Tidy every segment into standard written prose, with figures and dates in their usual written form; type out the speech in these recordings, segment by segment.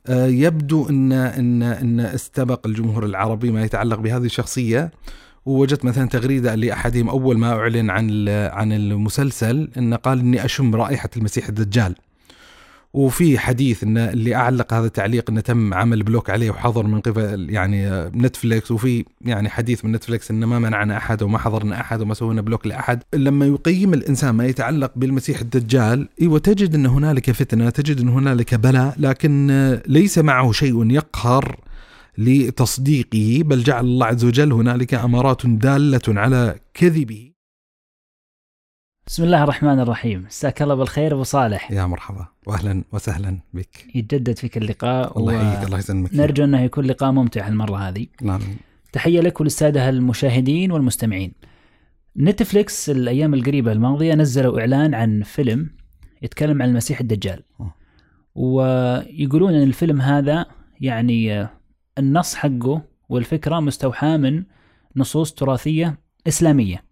يبدو ان استبق الجمهور العربي ما يتعلق بهذه الشخصية. ووجدت مثلا تغريدة لأحدهم أول ما أعلن عن المسلسل إنه قال إني أشم رائحة المسيح الدجال. وفي حديث إن اللي أعلق هذا التعليق إنه تم عمل بلوك عليه وحظر من قبل يعني نتفليكس. وفي يعني حديث من نتفليكس إنه ما منعنا أحد وما حظرنا أحد وما سوينا بلوك لأحد. لما يقيم الإنسان ما يتعلق بالمسيح الدجال وتجد إن هنالك فتنة، تجد إن هنالك بلاء، لكن ليس معه شيء يقهر لتصديقه، بل جعل الله عز وجل هنالك أمارات دالة على كذبه. بسم الله الرحمن الرحيم. مساك الله بالخير أبو صالح. يا مرحبا وأهلا وسهلا بك. يتجدد فيك اللقاء. الله يحييك، الله يسلمك. نرجو أنه يكون لقاء ممتع المرة هذه. نعم. تحية لك وللسادة المشاهدين والمستمعين. نتفليكس الأيام القريبة الماضية نزلوا إعلان عن فيلم يتكلم عن المسيح الدجال، ويقولون أن الفيلم هذا يعني النص حقه والفكرة مستوحاة من نصوص تراثية إسلامية،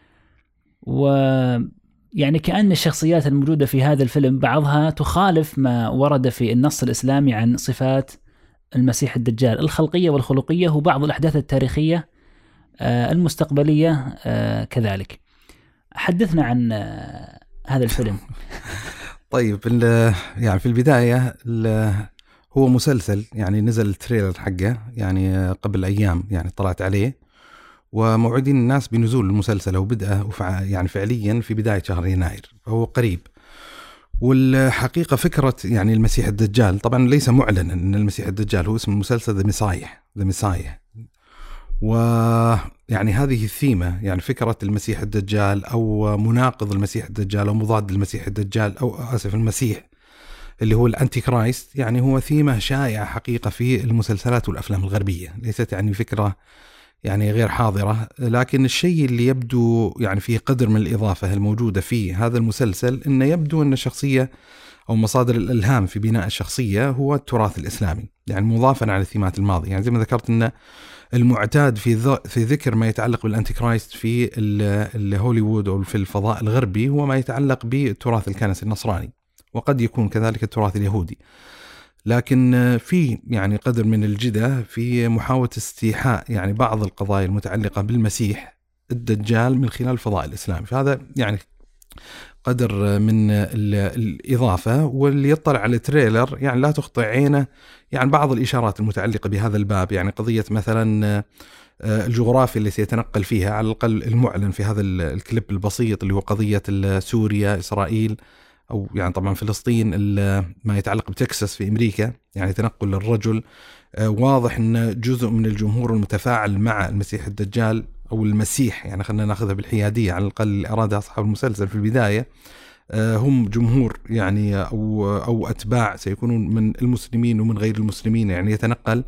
ويعني كأن الشخصيات الموجودة في هذا الفيلم بعضها تخالف ما ورد في النص الإسلامي عن صفات المسيح الدجال الخلقية والخلقية وبعض الأحداث التاريخية المستقبلية كذلك. حدثنا عن هذا الفيلم. طيب، يعني في البداية هو مسلسل يعني نزل التريلر حقه يعني قبل أيام، يعني طلعت عليه وموعدين الناس بنزول المسلسل وبدأه يعني فعليا في بداية شهر يناير، فهو قريب. والحقيقة فكرة يعني المسيح الدجال طبعا ليس معلن أن المسيح الدجال هو اسم المسلسل ذا مسايح، ويعني هذه الثيمة، يعني فكرة المسيح الدجال أو مناقض المسيح الدجال أو مضاد المسيح الدجال أو آسف المسيح اللي هو الأنتي كرايست، يعني هو ثيمة شائعة حقيقة في المسلسلات والأفلام الغربية، ليست يعني فكرة يعني غير حاضرة. لكن الشيء اللي يبدو يعني فيه قدر من الإضافة الموجودة في هذا المسلسل إنه يبدو أن الشخصية أو مصادر الإلهام في بناء الشخصية هو التراث الإسلامي، يعني مضافا على الثيمات الماضية. يعني زي ما ذكرت أن المعتاد في ذكر ما يتعلق بالأنتي كرايست في الهوليوود أو في الفضاء الغربي هو ما يتعلق بالتراث الكنسي النصراني، وقد يكون كذلك التراث اليهودي. لكن في يعني قدر من الجدة في محاولة استيحاء يعني بعض القضايا المتعلقة بالمسيح الدجال من خلال الفضاء الإسلامي، فهذا يعني قدر من الإضافة. واللي يطلع على التريلر يعني لا تخطئ عينه يعني بعض الإشارات المتعلقة بهذا الباب، يعني قضية مثلا الجغرافيا اللي سيتنقل فيها على الأقل المعلن في هذا الكليب البسيط اللي هو قضية سوريا إسرائيل أو يعني طبعا فلسطين، ما يتعلق بتكساس في أمريكا، يعني تنقل الرجل. واضح أن جزء من الجمهور المتفاعل مع المسيح الدجال أو المسيح، يعني خلينا نأخذها بالحيادية على الأقل اللي أرادها أصحاب المسلسل في البداية، هم جمهور يعني أو أتباع سيكونون من المسلمين ومن غير المسلمين، يعني يتنقل.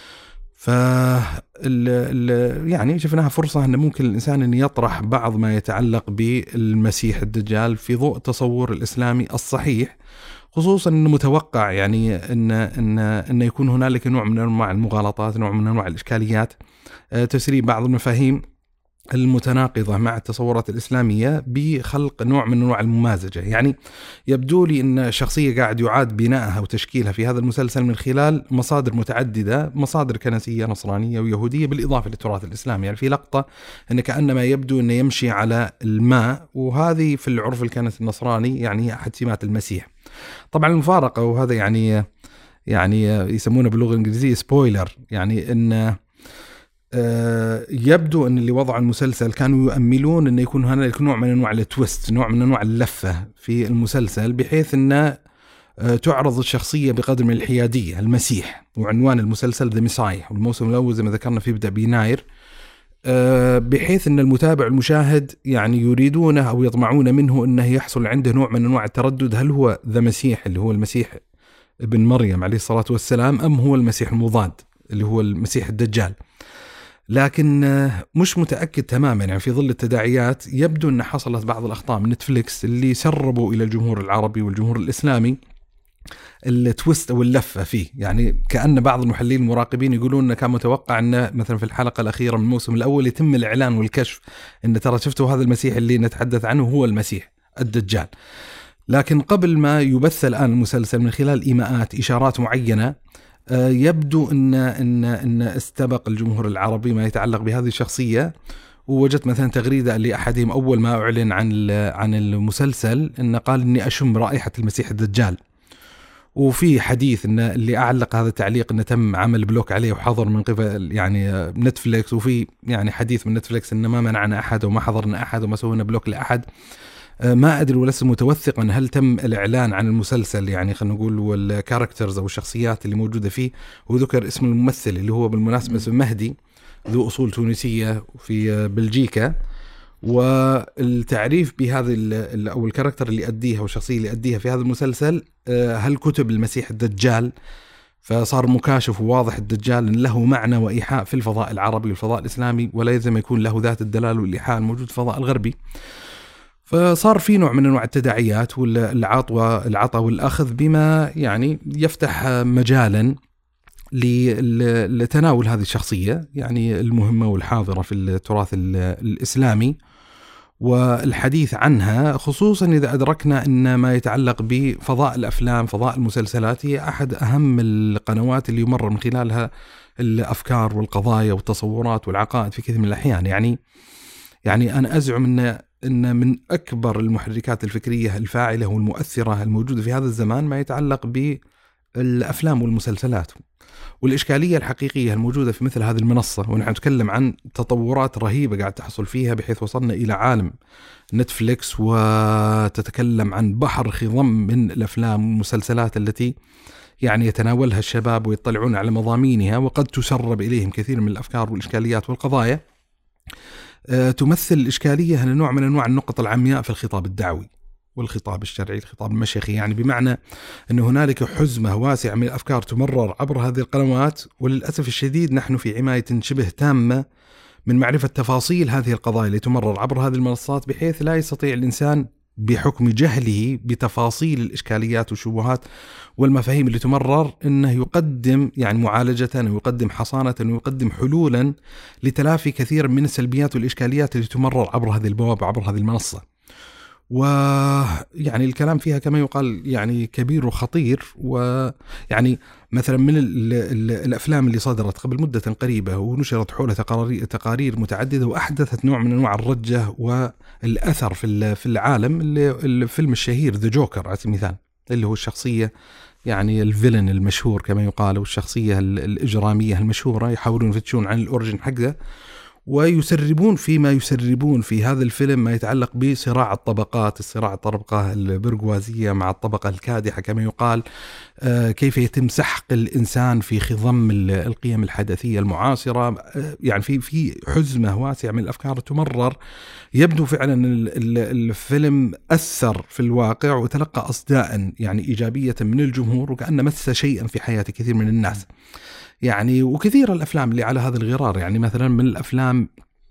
يعني شفناها فرصة أن ممكن الإنسان أن يطرح بعض ما يتعلق بالمسيح الدجال في ضوء التصور الإسلامي الصحيح، خصوصا أنه متوقع يعني أن يكون هنالك نوع من أنواع المغالطات، نوع من أنواع الإشكاليات، تسريب بعض المفاهيم المتناقضة مع التصورات الإسلامية بخلق نوع من أنواع الممازجة. يعني يبدو لي أن شخصية قاعد يعاد بنائها وتشكيلها في هذا المسلسل من خلال مصادر متعددة، مصادر كنسية نصرانية ويهودية بالإضافة للتراث الإسلامي. يعني في لقطة أن كأنما يبدو أنه يمشي على الماء، وهذه في العرف الكنسي النصراني يعني أحد سمات المسيح. طبعا المفارقة، وهذا يعني يسمونه باللغة الإنجليزية سبويلر، يعني أن يبدو أن اللي وضعوا المسلسل كانوا يؤملون أن يكون هنالك نوع من أنواع التويست، نوع من أنواع اللفة في المسلسل، بحيث أن تعرض الشخصية بقدر من الحيادية المسيح. وعنوان المسلسل ذا مسايح، والموسم الأول زي ما ذكرنا في بدأ بيناير، بحيث أن المتابع المشاهد يعني يريدونه أو يطمعون منه أنه يحصل عنده نوع من أنواع التردد، هل هو ذا مسيح اللي هو المسيح ابن مريم عليه الصلاة والسلام، أم هو المسيح المضاد اللي هو المسيح الدجال. لكن مش متأكد تماما، يعني في ظل التداعيات يبدو أن حصلت بعض الأخطاء من نتفليكس اللي سربوا إلى الجمهور العربي والجمهور الإسلامي التويست أو اللفة فيه. يعني كأن بعض المحللين المراقبين يقولون أنه كان متوقع أن مثلا في الحلقة الأخيرة من الموسم الأول يتم الإعلان والكشف أن ترى شفتوا هذا المسيح اللي نتحدث عنه هو المسيح الدجال. لكن قبل ما يبث الآن المسلسل من خلال إيماءات إشارات معينة يبدو أن استبق الجمهور العربي ما يتعلق بهذه الشخصية. ووجدت مثلا تغريدة لأحدهم أول ما أعلن عن المسلسل أنه قال إني أشم رائحة المسيح الدجال. وفي حديث أن اللي أعلق هذا التعليق أنه تم عمل بلوك عليه وحظر من قبل يعني نتفليكس، وفي يعني حديث من نتفليكس أنه ما منعنا أحد وما حظرنا أحد وما سوينا بلوك لأحد. ما أدري ولست متوثقا هل تم الإعلان عن المسلسل، يعني خلينا نقول والكاركترز أو الشخصيات اللي موجودة فيه، وذكر اسم الممثل اللي هو بالمناسبة اسم مهدي ذو أصول تونسية في بلجيكا. والتعريف بهذا أو الكاركتر اللي أديها والشخصية اللي أديها في هذا المسلسل هل كتب المسيح الدجال، فصار مكاشف وواضح الدجال له معنى وإيحاء في الفضاء العربي والفضاء الإسلامي، ولا يلزم يكون له ذات الدلال والإيحاء الموجود في الفضاء الغربي. فصار في نوع من أنواع التداعيات والعطاء والأخذ بما يعني يفتح مجالا لتناول هذه الشخصية يعني المهمة والحاضرة في التراث الإسلامي والحديث عنها، خصوصا إذا أدركنا أن ما يتعلق بفضاء الأفلام فضاء المسلسلات هي أحد أهم القنوات اللي يمر من خلالها الأفكار والقضايا والتصورات والعقائد في كثير من الأحيان. يعني أنا أزعم أن من أكبر المحركات الفكرية الفاعلة والمؤثرة الموجودة في هذا الزمان ما يتعلق بالأفلام والمسلسلات، والإشكالية الحقيقية الموجودة في مثل هذه المنصة. ونحن نتكلم عن تطورات رهيبة قاعد تحصل فيها بحيث وصلنا إلى عالم نتفليكس، وتتكلم عن بحر خضم من الأفلام والمسلسلات التي يعني يتناولها الشباب ويطلعون على مضامينها، وقد تسرب إليهم كثير من الأفكار والإشكاليات والقضايا. تمثل الإشكالية نوع من أنواع النقط العمياء في الخطاب الدعوي والخطاب الشرعي الخطاب المشيخي، يعني بمعنى أن هنالك حزمة واسعة من الأفكار تمرر عبر هذه القنوات، وللأسف الشديد نحن في عماية شبه تامة من معرفة تفاصيل هذه القضايا اللي تمرر عبر هذه المنصات، بحيث لا يستطيع الإنسان بحكم جهله بتفاصيل الإشكاليات والشبهات والمفاهيم اللي تمرر أنه يقدم يعني معالجة ويقدم حصانة ويقدم حلولا لتلافي كثير من السلبيات والإشكاليات اللي تمرر عبر هذه البوابة عبر هذه المنصة. ويعني الكلام فيها كما يقال يعني كبير وخطير. ويعني مثلا من الأفلام اللي صدرت قبل مدة قريبة ونشرت حولها تقارير متعددة وأحدثت نوع من أنواع الرجة والأثر في العالم، الفيلم الشهير ذا جوكر على سبيل المثال، اللي هو الشخصية يعني الفيلن المشهور كما يقال، والشخصية الإجرامية المشهورة، يحاولون يفتشون عن الأوريجين حقه ويسربون فيما يسربون في هذا الفيلم ما يتعلق بصراع الطبقات، الطبقة البرغوازية مع الطبقة الكادحة كما يقال، كيف يتم سحق الإنسان في خضم القيم الحداثية المعاصرة. يعني في حزمة واسعة من الأفكار تمرر. يبدو فعلا الفيلم أثر في الواقع وتلقى أصداء يعني إيجابية من الجمهور، وكأن مس شيئا في حياة كثير من الناس. يعني وكثير الأفلام اللي على هذا الغرار، يعني مثلا من الأفلام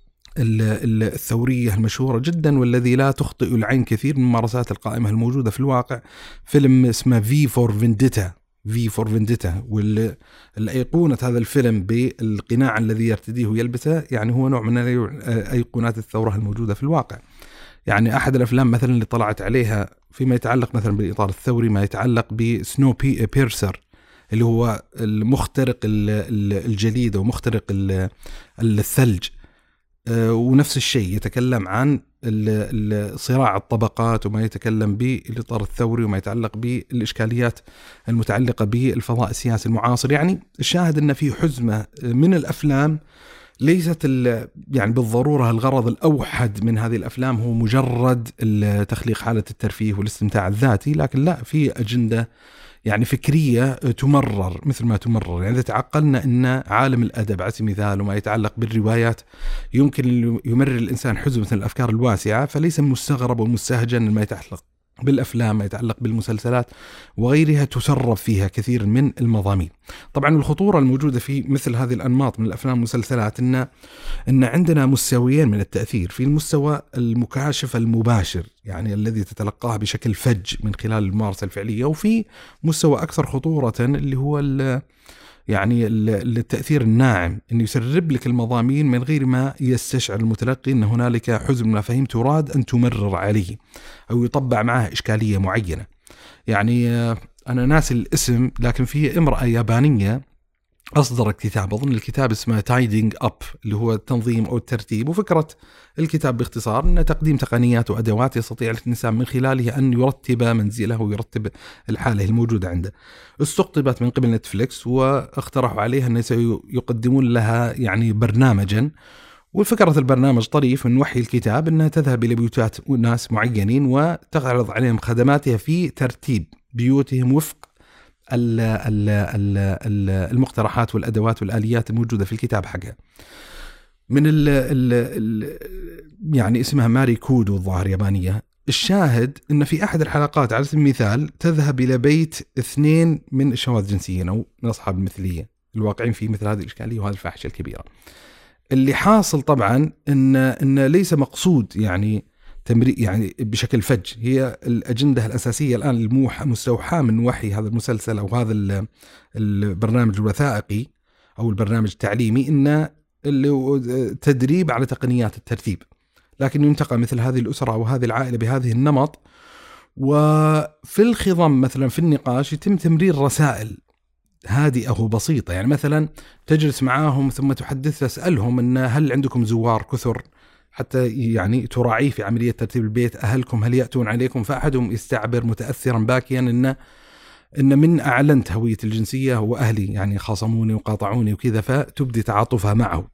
الثورية المشهورة جدا والذي لا تخطئ العين كثير من ممارسات القائمة الموجودة في الواقع، فيلم اسمه في فور فينديتا، والأيقونة هذا الفيلم بالقناع الذي يرتديه ويلبسه يعني هو نوع من أيقونات الثورة الموجودة في الواقع. يعني أحد الأفلام مثلا اللي طلعت عليها فيما يتعلق مثلا بالإطار الثوري ما يتعلق بسنو بيرسر، اللي هو المخترق الجليد ومخترق الثلج، ونفس الشيء يتكلم عن صراع الطبقات وما يتكلم بالإطار الثوري وما يتعلق بالإشكاليات المتعلقة بالفضاء السياسي المعاصر. يعني الشاهد أن في حزمة من الأفلام ليست يعني بالضرورة الغرض الأوحد من هذه الأفلام هو مجرد تخليق حالة الترفيه والاستمتاع الذاتي، لكن لا، في أجندة يعني فكرية تمرر مثل ما تمرر. يعني إذا تعقلنا أن عالم الأدب على سبيل المثال وما يتعلق بالروايات يمكن يمرر الإنسان حزمة الأفكار الواسعة، فليس مستغرب ومستهجن ما يتعلق بالأفلام ما يتعلق بالمسلسلات وغيرها تسرب فيها كثير من المضامين. طبعا الخطورة الموجودة في مثل هذه الأنماط من الأفلام والمسلسلات إن عندنا مستويين من التأثير. في المستوى المكاشف المباشر يعني الذي تتلقاه بشكل فج من خلال الممارسة الفعلية، وفي مستوى أكثر خطورة اللي هو يعني التأثير الناعم، إنه يسرب لك المضامين من غير ما يستشعر المتلقي أن هنالك حزم مفاهيم تراد أن تمرر عليه أو يطبع معه إشكالية معينة. يعني أنا ناسي الاسم، لكن في امرأة يابانية أصدرت كتاب، أظن الكتاب اسمه تايدينج أب، اللي هو التنظيم أو الترتيب. وفكرة الكتاب باختصار أن تقديم تقنيات وأدوات يستطيع الإنسان من خلالها أن يرتب منزله ويرتب الحالة الموجودة عنده. استقطبت من قبل نتفليكس واقترحوا عليها أن يقدمون لها يعني برنامجا. وفكرة البرنامج طريف من وحي الكتاب أنها تذهب إلى بيوتات ناس معينين وتعرض عليهم خدماتها في ترتيب بيوتهم وفق المقترحات والأدوات والآليات الموجودة في الكتاب حقها. من يعني اسمها ماري كودو الظاهر يابانية. الشاهد أن في أحد الحلقات على سبيل المثال تذهب إلى بيت 2 من الشواذ الجنسيين أو من أصحاب المثلية الواقعين في مثل هذه الإشكالية وهذه الفاحشة الكبيرة. اللي حاصل طبعا إن ليس مقصود يعني تمرير يعني بشكل فج. هي الأجندة الأساسية الآن المستوحاة من وحي هذا المسلسل أو هذا البرنامج الوثائقي أو البرنامج التعليمي، إن تدريب على تقنيات الترتيب، لكن ينتقى مثل هذه الأسرة أو هذه العائلة بهذه النمط. وفي الخضم مثلا في النقاش يتم تمرير رسائل هادئة وبسيطة. يعني مثلا تجلس معاهم ثم تسألهم إن هل عندكم زوار كثر، حتى يعني تراعيه في عملية ترتيب البيت، أهلكم هل يأتون عليكم؟ فأحدهم يستعبر متأثرا باكيا إن من أعلنت هوية الجنسية وأهلي يعني خاصموني وقاطعوني وكذا، فتبدي تعاطفها معه.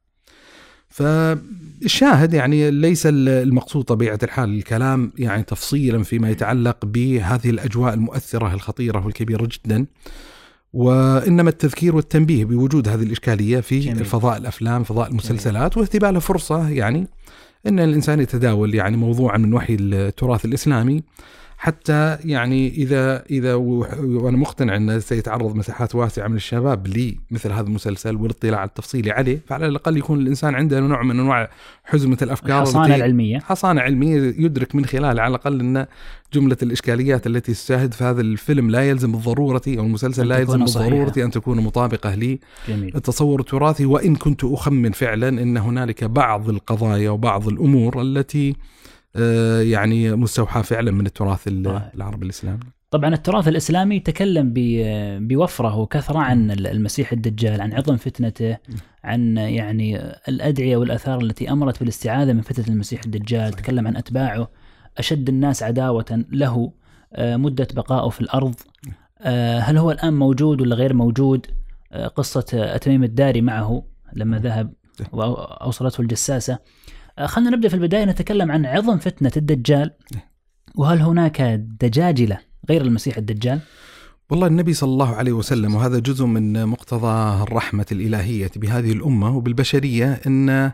فالشاهد يعني ليس المقصود طبيعة الحال الكلام يعني تفصيلا فيما يتعلق بهذه الأجواء المؤثرة الخطيرة والكبيرة جدا، وإنما التذكير والتنبيه بوجود هذه الإشكالية في جميل. الفضاء الأفلام فضاء المسلسلات، واهتبالها فرصة يعني إن الإنسان يتداول يعني موضوعا من وحي التراث الإسلامي، حتى يعني إذا وأنا مقتنع أنه سيتعرض مساحات واسعة من الشباب لمثل هذا المسلسل والاطلاع التفصيلي عليه، فعلى الأقل يكون الإنسان عنده نوع من أنواع حزمة الأفكار، حصانة علمية يدرك من خلال على الأقل أن جملة الإشكاليات التي تشاهد في هذا الفيلم لا يلزم بالضرورة أو المسلسل لا يلزم بالضرورة أن تكون مطابقة للتصور التراثي. وإن كنت أخمن فعلا أن هنالك بعض القضايا وبعض الأمور التي يعني مستوحى فعلا من التراث العربي الإسلامي. طبعا التراث الإسلامي يتكلم بوفره وكثرة عن المسيح الدجال، عن عظم فتنته، عن يعني الأدعية والآثار التي أمرت بالاستعاذة من فتنة المسيح الدجال. تكلم عن أتباعه أشد الناس عداوة له، مدة بقائه في الأرض، هل هو الآن موجود ولا غير موجود، قصة أتميم الداري معه لما ذهب وأوصلته الجساسة. خلنا نبدأ في البداية نتكلم عن عظم فتنة الدجال، وهل هناك دجاجلة غير المسيح الدجال؟ والله النبي صلى الله عليه وسلم، وهذا جزء من مقتضى الرحمة الإلهية بهذه الأمة وبالبشرية، أن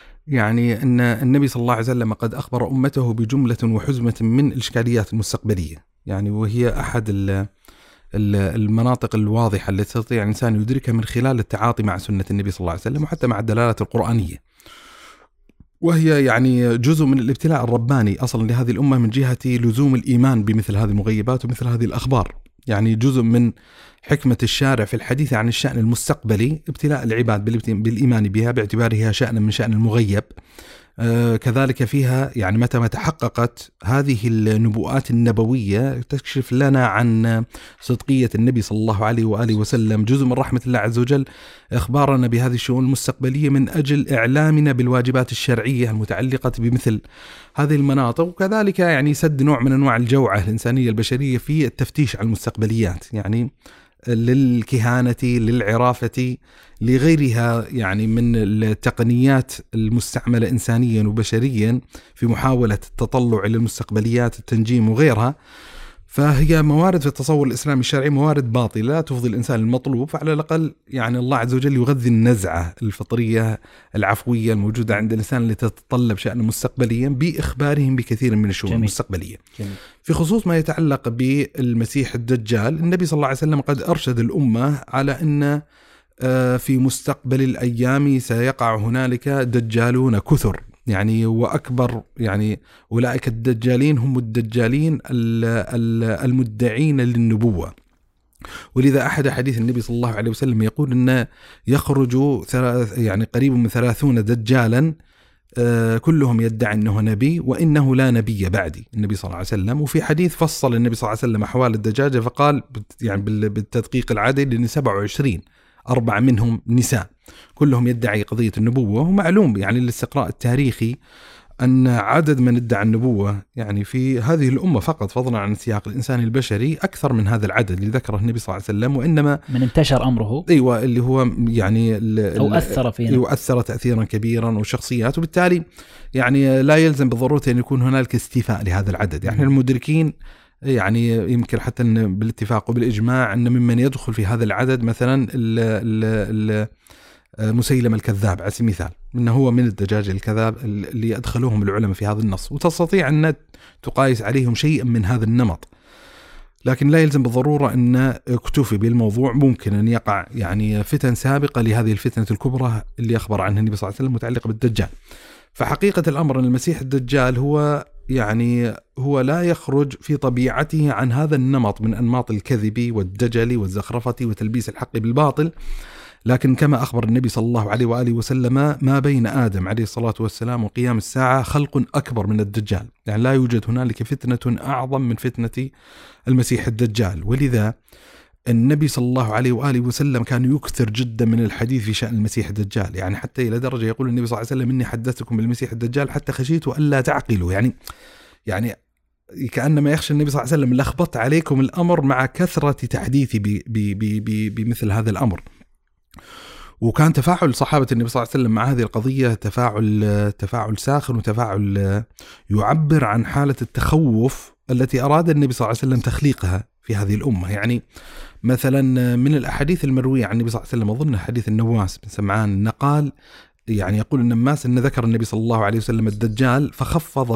النبي صلى الله عليه وسلم قد أخبر أمته بجملة وحزمة من الإشكاليات المستقبلية، يعني وهي أحد المناطق الواضحة التي يستطيع الإنسان يدركها من خلال التعاطي مع سنة النبي صلى الله عليه وسلم وحتى مع الدلالات القرآنية، وهي يعني جزء من الابتلاء الرباني أصلا لهذه الأمة من جهة لزوم الإيمان بمثل هذه المغيبات ومثل هذه الأخبار. يعني جزء من حكمة الشارع في الحديث عن الشأن المستقبلي ابتلاء العباد بالإيمان بها باعتبارها شأنا من شأن المغيب. كذلك فيها يعني متى ما تحققت هذه النبوءات النبوية تكشف لنا عن صدقية النبي صلى الله عليه وآله وسلم، جزء من رحمة الله عز وجل إخبارنا بهذه الشؤون المستقبلية من أجل إعلامنا بالواجبات الشرعية المتعلقة بمثل هذه المناطق، وكذلك يعني سد نوع من أنواع الجوعة الإنسانية البشرية في التفتيش على المستقبليات، يعني للكهانة للعرافة لغيرها يعني من التقنيات المستعملة إنسانيا وبشريا في محاولة التطلع إلى المستقبليات التنجيم وغيرها. فهي موارد في التصور الإسلامي الشرعي موارد باطلة لا تفضي الإنسان المطلوب، فعلى الأقل يعني الله عز وجل يغذي النزعة الفطرية العفوية الموجودة عند الإنسان اللي تتطلب شأن مستقبليا بإخبارهم بكثير من الشؤون المستقبلية. جميل. في خصوص ما يتعلق بالمسيح الدجال، النبي صلى الله عليه وسلم قد أرشد الأمة على أن في مستقبل الأيام سيقع هنالك دجالون كثر، يعني وأكبر يعني أولئك الدجالين هم الدجالين المدعين للنبوة. ولذا أحد حديث النبي صلى الله عليه وسلم يقول أن يخرج يعني قريب من 30 دجالا كلهم يدعي أنه نبي وإنه لا نبي بعدي، النبي صلى الله عليه وسلم. وفي حديث فصل النبي صلى الله عليه وسلم أحوال الدجاجة فقال يعني بالتدقيق العادل إن 27 4 منهم نساء كلهم يدعي قضية النبوة. ومعلوم يعني الاستقراء التاريخي أن عدد من ادعى النبوة يعني في هذه الأمة فقط فضلا عن السياق الإنساني البشري أكثر من هذا العدد اللي ذكره النبي صلى الله عليه وسلم، وإنما من انتشر أمره أيوة اللي هو يعني أو أثر فينا يؤثر تأثيرا كبيرا وشخصيات، وبالتالي يعني لا يلزم بالضرورة أن يكون هنالك استيفاء لهذا العدد. يعني المدركين يعني يمكن حتى بالاتفاق وبالإجماع أن ممن يدخل في هذا العدد مثلا مسيلم الكذاب على سبيل المثال، إنه هو من الدجاج الكذاب اللي أدخلوهم العلماء في هذا النص، وتستطيع أن تقايس عليهم شيئا من هذا النمط، لكن لا يلزم بالضرورة أن اكتفي بالموضوع. ممكن أن يقع يعني فتن سابقة لهذه الفتنة الكبرى اللي أخبر عنها النبي صلى الله عليه وسلم متعلقة بالدجال. فحقيقة الأمر أن المسيح الدجال هو لا يخرج في طبيعته عن هذا النمط من أنماط الكذب والدجل والزخرفة وتلبيس الحق بالباطل، لكن كما أخبر النبي صلى الله عليه وآله وسلم ما بين آدم عليه الصلاة والسلام وقيام الساعة خلق أكبر من الدجال، يعني لا يوجد هنالك فتنة أعظم من فتنة المسيح الدجال. ولذا النبي صلى الله عليه وآله وسلم كان يكثر جدا من الحديث في شأن المسيح الدجال، يعني حتى إلى درجة يقول النبي صلى الله عليه وسلم إني حدثتكم بالمسيح الدجال حتى خشيت ألا تعقلوا، يعني كأنما يخشى النبي صلى الله عليه وسلم لخبط عليكم الأمر مع كثرة تحديثي بمثل هذا الأمر. وكان تفاعل صحابة النبي صلى الله عليه وسلم مع هذه القضية تفاعل ساخن وتفاعل يعبر عن حالة التخوف التي أراد النبي صلى الله عليه وسلم تخليقها في هذه الأمة. يعني مثلا من الأحاديث المروية عن النبي صلى الله عليه وسلم أظن حديث النواس بن سمعان نقال، يعني يقول النماس أن ذكر النبي صلى الله عليه وسلم الدجال فخفض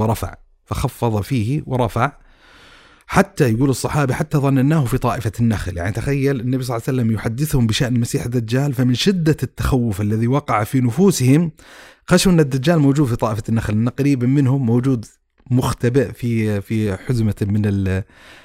فيه ورفع حتى يقول الصحابة حتى ظنناه في طائفة النخل. يعني تخيل النبي صلى الله عليه وسلم يحدثهم بشأن المسيح الدجال، فمن شدة التخوف الذي وقع في نفوسهم خشوا أن الدجال موجود في طائفة النخل، أن قريبا منهم موجود مختبئ في حزمة من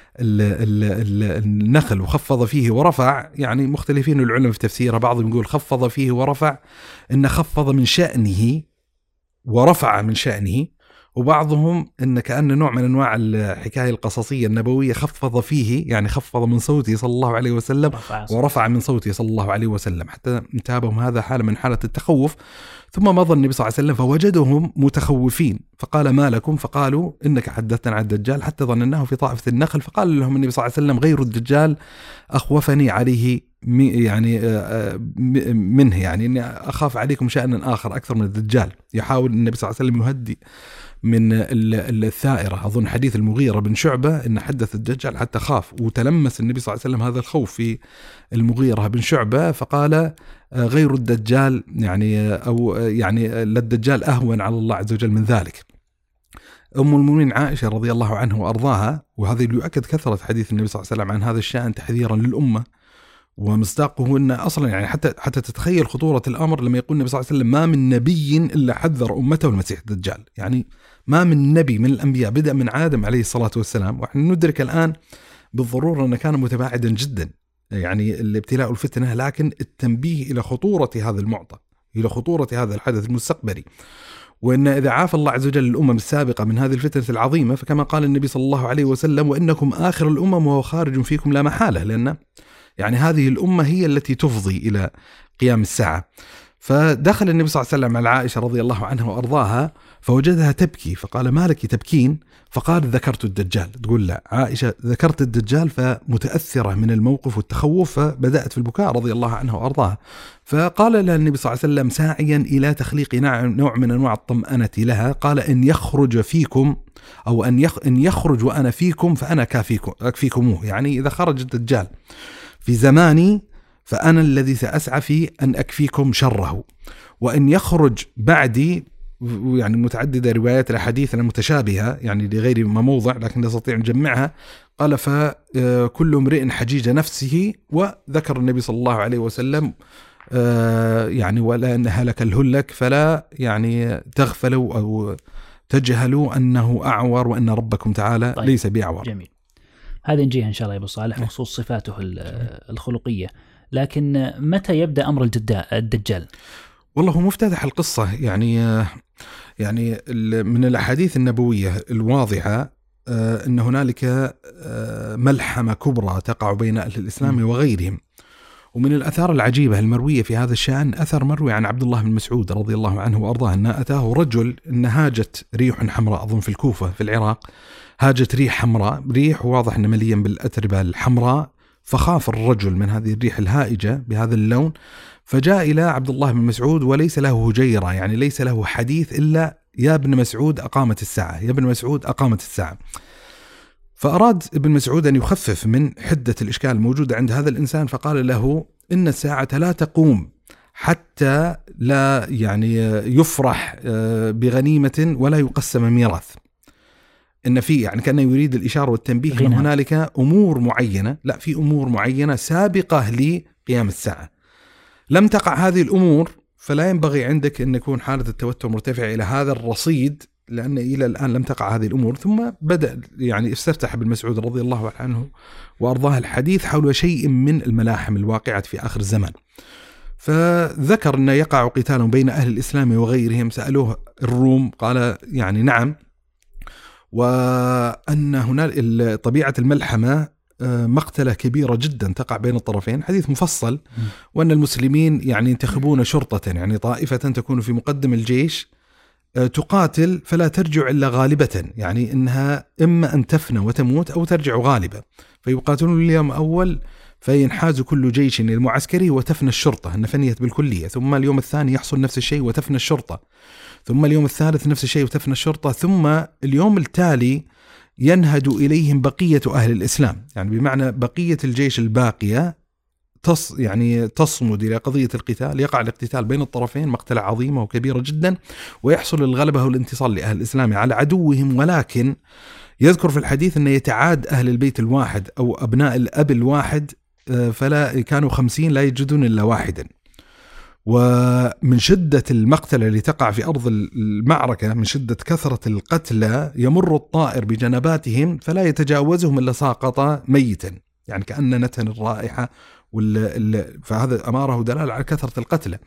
النخل. وخفض فيه ورفع، يعني مختلفين العلماء في تفسيره، بعضهم يقول خفض فيه ورفع إن خفض من شأنه ورفع من شأنه، وبعضهم إن كأن نوع من أنواع الحكاية القصصية النبوية خفض فيه يعني خفض من صوته صلى الله عليه وسلم ورفع من صوته صلى الله عليه وسلم، حتى انتابهم هذا حالة من حالة التخوف. ثم مضى النبي صلى الله عليه وسلم فوجدهم متخوفين فقال ما لكم؟ فقالوا إنك حدثتنا عن الدجال حتى ظنناه في طائفة النخل. فقال لهم النبي صلى الله عليه وسلم غير الدجال أخوفني عليه يعني منه، يعني إني أخاف عليكم شأنا آخر أكثر من الدجال. يحاول النبي صلى الله عليه وسلم يهدي من الثائرة، أظن حديث المغيرة بن شعبة إن حدث الدجال حتى خاف، وتلمس النبي صلى الله عليه وسلم هذا الخوف في المغيرة بن شعبة فقال غير الدجال يعني أو يعني للدجال أهون على الله عز وجل من ذلك. أم المؤمنين عائشة رضي الله عنها وأرضاها، وهذا يؤكد كثرة حديث النبي صلى الله عليه وسلم عن هذا الشأن تحذيرا للأمة ومصداقه أن أصلا يعني حتى تتخيل خطورة الأمر لما يقول النبي صلى الله عليه وسلم ما من نبي إلا حذر أمته المسيح الدجال، يعني ما من نبي من الأنبياء بدأ من آدم عليه الصلاة والسلام، ونحن ندرك الآن بالضرورة أنه كان متباعدا جدا يعني الابتلاء والفتنة، لكن التنبيه إلى خطورة هذا المعطى، إلى خطورة هذا الحدث المستقبلي، وإن إذا عاف الله عز وجل الأمم السابقة من هذه الفتنة العظيمة فكما قال النبي صلى الله عليه وسلم وإنكم آخر الأمم وهو خارج فيكم لا محالة، لأن يعني هذه الأمة هي التي تفضي إلى قيام الساعة. فدخل النبي صلى الله عليه وسلم على عائشة رضي الله عنها وأرضاها فوجدها تبكي، فقال: ما لك تبكين؟ فقال: ذكرت الدجال. تقول لا عائشة: ذكرت الدجال، فمتأثرة من الموقف والتخوف فبدأت في البكاء رضي الله عنها وأرضاها. فقال لها النبي صلى الله عليه وسلم ساعيا إلى تخليق نوع من أنواع الطمأنة لها، قال: إن يخرج فيكم أو إن يخرج وأنا فيكم فأنا أكفيكموه، يعني إذا خرج الدجال في زماني فأنا الذي سأسعى في أن أكفيكم شره، وإن يخرج بعدي، يعني متعددة روايات الحديث المتشابهة يعني لغير ما موضع لكن نستطيع نجمعها. قال: فكل امرئ حجيج نفسه، وذكر النبي صلى الله عليه وسلم يعني: ولا أن هلك الهلك فلا يعني تغفلوا أو تجهلوا أنه أعور وأن ربكم تعالى طيب. ليس بأعور. جميل. هذا نجيها إن شاء الله يا أبو صالح بخصوص صفاته الخلقية. لكن متى يبدأ أمر الدجال؟ والله هو مفتتح القصة يعني من الأحاديث النبوية الواضحة أن هنالك ملحمة كبرى تقع بين أهل الإسلام وغيرهم. ومن الأثار العجيبة المروية في هذا الشأن أثر مروي عن عبد الله بن مسعود رضي الله عنه وأرضاه أن أتاه رجل إن هاجت ريح حمراء، أظن في الكوفة في العراق، هاجت ريح حمراء، ريح واضح أنه مليا بالأتربة الحمراء، فخاف الرجل من هذه الريح الهائجة بهذا اللون، فجاء إلى عبد الله بن مسعود وليس له هجيرة، يعني ليس له حديث إلا: يا ابن مسعود أقامت الساعة، يا ابن مسعود أقامت الساعة. فأراد ابن مسعود أن يخفف من حدة الإشكال الموجودة عند هذا الإنسان، فقال له: إن الساعة لا تقوم حتى لا يعني يفرح بغنيمة ولا يقسم ميراث. إن في يعني كان يريد الإشارة والتنبيه أن هنالك أمور معينة، لا في أمور معينة سابقة لقيام الساعة، لم تقع هذه الأمور فلا ينبغي عندك أن يكون حالة التوتر مرتفعة إلى هذا الرصيد، لأن إلى الآن لم تقع هذه الأمور. ثم بدأ يعني استفتح ابن مسعود رضي الله عنه وأرضاه الحديث حول شيء من الملاحم الواقعة في آخر الزمان، فذكر أن يقع قتال بين أهل الإسلام وغيرهم. سألوه الروم قال يعني نعم، وأن هنا طبيعة الملحمة مقتلة كبيرة جدا تقع بين الطرفين، حديث مفصل، وأن المسلمين يعني ينتخبون شرطة، يعني طائفة تكون في مقدم الجيش تقاتل فلا ترجع إلا غالبة، يعني إنها إما أن تفنى وتموت أو ترجع غالبة، فيقاتلون اليوم أول فينحاز كل جيش للمعسكري وتفنى الشرطة أن فنيت بالكلية، ثم اليوم الثاني يحصل نفس الشيء وتفنى الشرطة، ثم اليوم الثالث نفس الشيء وتفنى الشرطة، ثم اليوم التالي ينهد إليهم بقية أهل الإسلام، يعني بمعنى بقية الجيش الباقية يعني تصمد إلى قضية القتال، يقع الاقتتال بين الطرفين مقتلة عظيمة وكبيرة جدا، ويحصل الغلبة والانتصار لأهل الإسلام على عدوهم. ولكن يذكر في الحديث أن يتعاد أهل البيت الواحد أو أبناء الأب الواحد، فلا كانوا 50 لا يجدون إلا واحدا. ومن شدة المقتلة اللي تقع في أرض المعركة، من شدة كثرة القتلى، يمر الطائر بجنباتهم فلا يتجاوزهم إلا ساقط ميتا، يعني كأن نتن الرائحة، فهذا أماره دلالة على كثرة القتلى.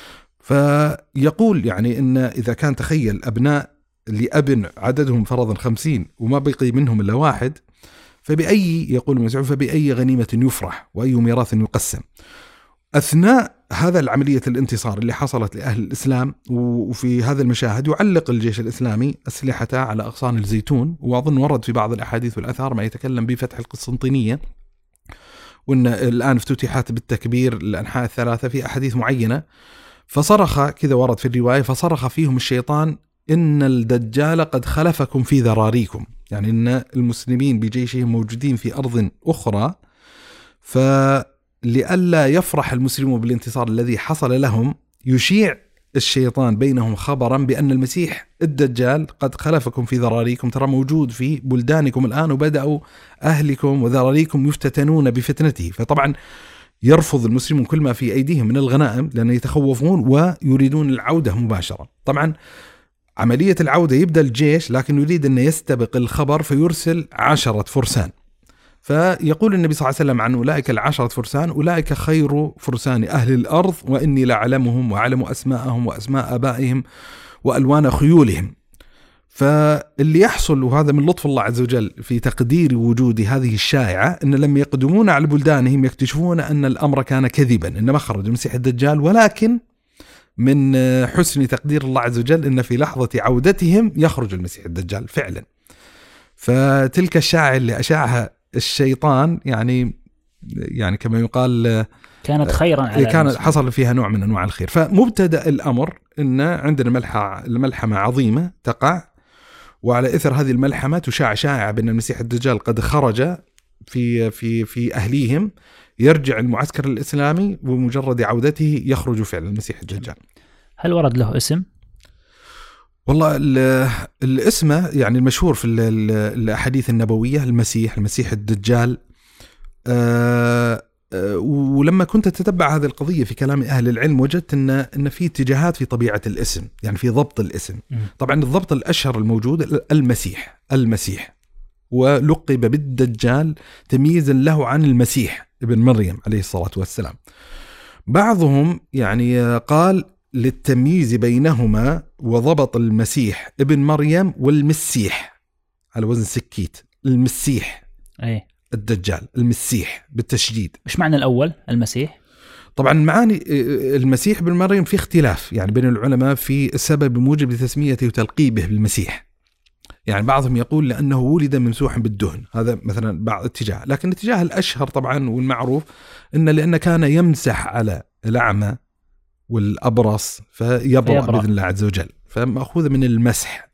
فيقول يعني إن إذا كان تخيل أبناء لأب عددهم فرضا 50 وما بقي منهم إلا واحد، فبأي يقول مسعود فبأي غنيمة يفرح وأي ميراث يقسم. أثناء هذا العملية الانتصار اللي حصلت لأهل الإسلام، وفي هذا المشاهد يعلق الجيش الإسلامي أسلحته على أغصان الزيتون، وأظن ورد في بعض الأحاديث والأثار ما يتكلم بفتح القسطنطينية، وأن الآن افتتحت بالتكبير الأنحاء الثلاثة في أحاديث معينة. فصرخ كذا ورد في الرواية، فصرخ فيهم الشيطان: إن الدجال قد خلفكم في ذراريكم، يعني إن المسلمين بجيشهم موجودين في أرض أخرى، فلئلا يفرح المسلمون بالانتصار الذي حصل لهم يشيع الشيطان بينهم خبرا بأن المسيح الدجال قد خلفكم في ذراريكم، ترى موجود في بلدانكم الآن، وبدأوا أهلكم وذراريكم يفتتنون بفتنته. فطبعا يرفض المسلمون كل ما في أيديهم من الغنائم لأن يتخوفون ويريدون العودة مباشرة. طبعا عملية العودة يبدأ الجيش، لكن يريد أن يستبق الخبر فيرسل 10 فرسان. فيقول النبي صلى الله عليه وسلم عن أولئك 10 فرسان: أولئك خير فرسان أهل الأرض، وإني لأعلمهم وأعلم أسماءهم وأسماء آبائهم وألوان خيولهم. فاللي يحصل، وهذا من لطف الله عز وجل في تقدير وجود هذه الشائعة، أن لما يقدمون على بلدانهم يكتشفون أن الأمر كان كذبا، إنما خرج المسيح الدجال، ولكن من حسن تقدير الله عز وجل أن في لحظة عودتهم يخرج المسيح الدجال فعلا. فتلك الشاعة اللي أشاعها الشيطان يعني كما يقال كانت خيرا على كانت حصل فيها نوع من أنواع الخير. فمبتدأ الأمر أن عندنا الملحمة عظيمة تقع، وعلى إثر هذه الملحمة تشاع شائعة بأن المسيح الدجال قد خرج في أهليهم، يرجع المعسكر الإسلامي ومجرد عودته يخرج فعلا المسيح الدجال. هل ورد له اسم؟ والله الاسم يعني المشهور في الأحاديث النبوية المسيح الدجال. ولما كنت أتتبع هذه القضية في كلام أهل العلم وجدت أن في اتجاهات في طبيعة الاسم، يعني في ضبط الاسم. طبعا الضبط الأشهر الموجود المسيح، ولقب بالدجال تمييزا له عن المسيح ابن مريم عليه الصلاة والسلام. بعضهم يعني قال للتمييز بينهما وضبط المسيح ابن مريم والمسيح على وزن سكيت، المسيح الدجال، المسيح بالتشديد. إيش معنى الأول المسيح؟ طبعا معاني المسيح ابن مريم في اختلاف يعني بين العلماء في السبب الموجب لتسميته وتلقيبه بالمسيح. يعني بعضهم يقول لأنه ولد ممسوحا بالدهن، هذا مثلا بعض اتجاه، لكن الاتجاه الأشهر طبعا والمعروف لأنه كان يمسح على الأعمى والأبرص فيبرأ بإذن الله عز وجل، فمأخوذ من المسح.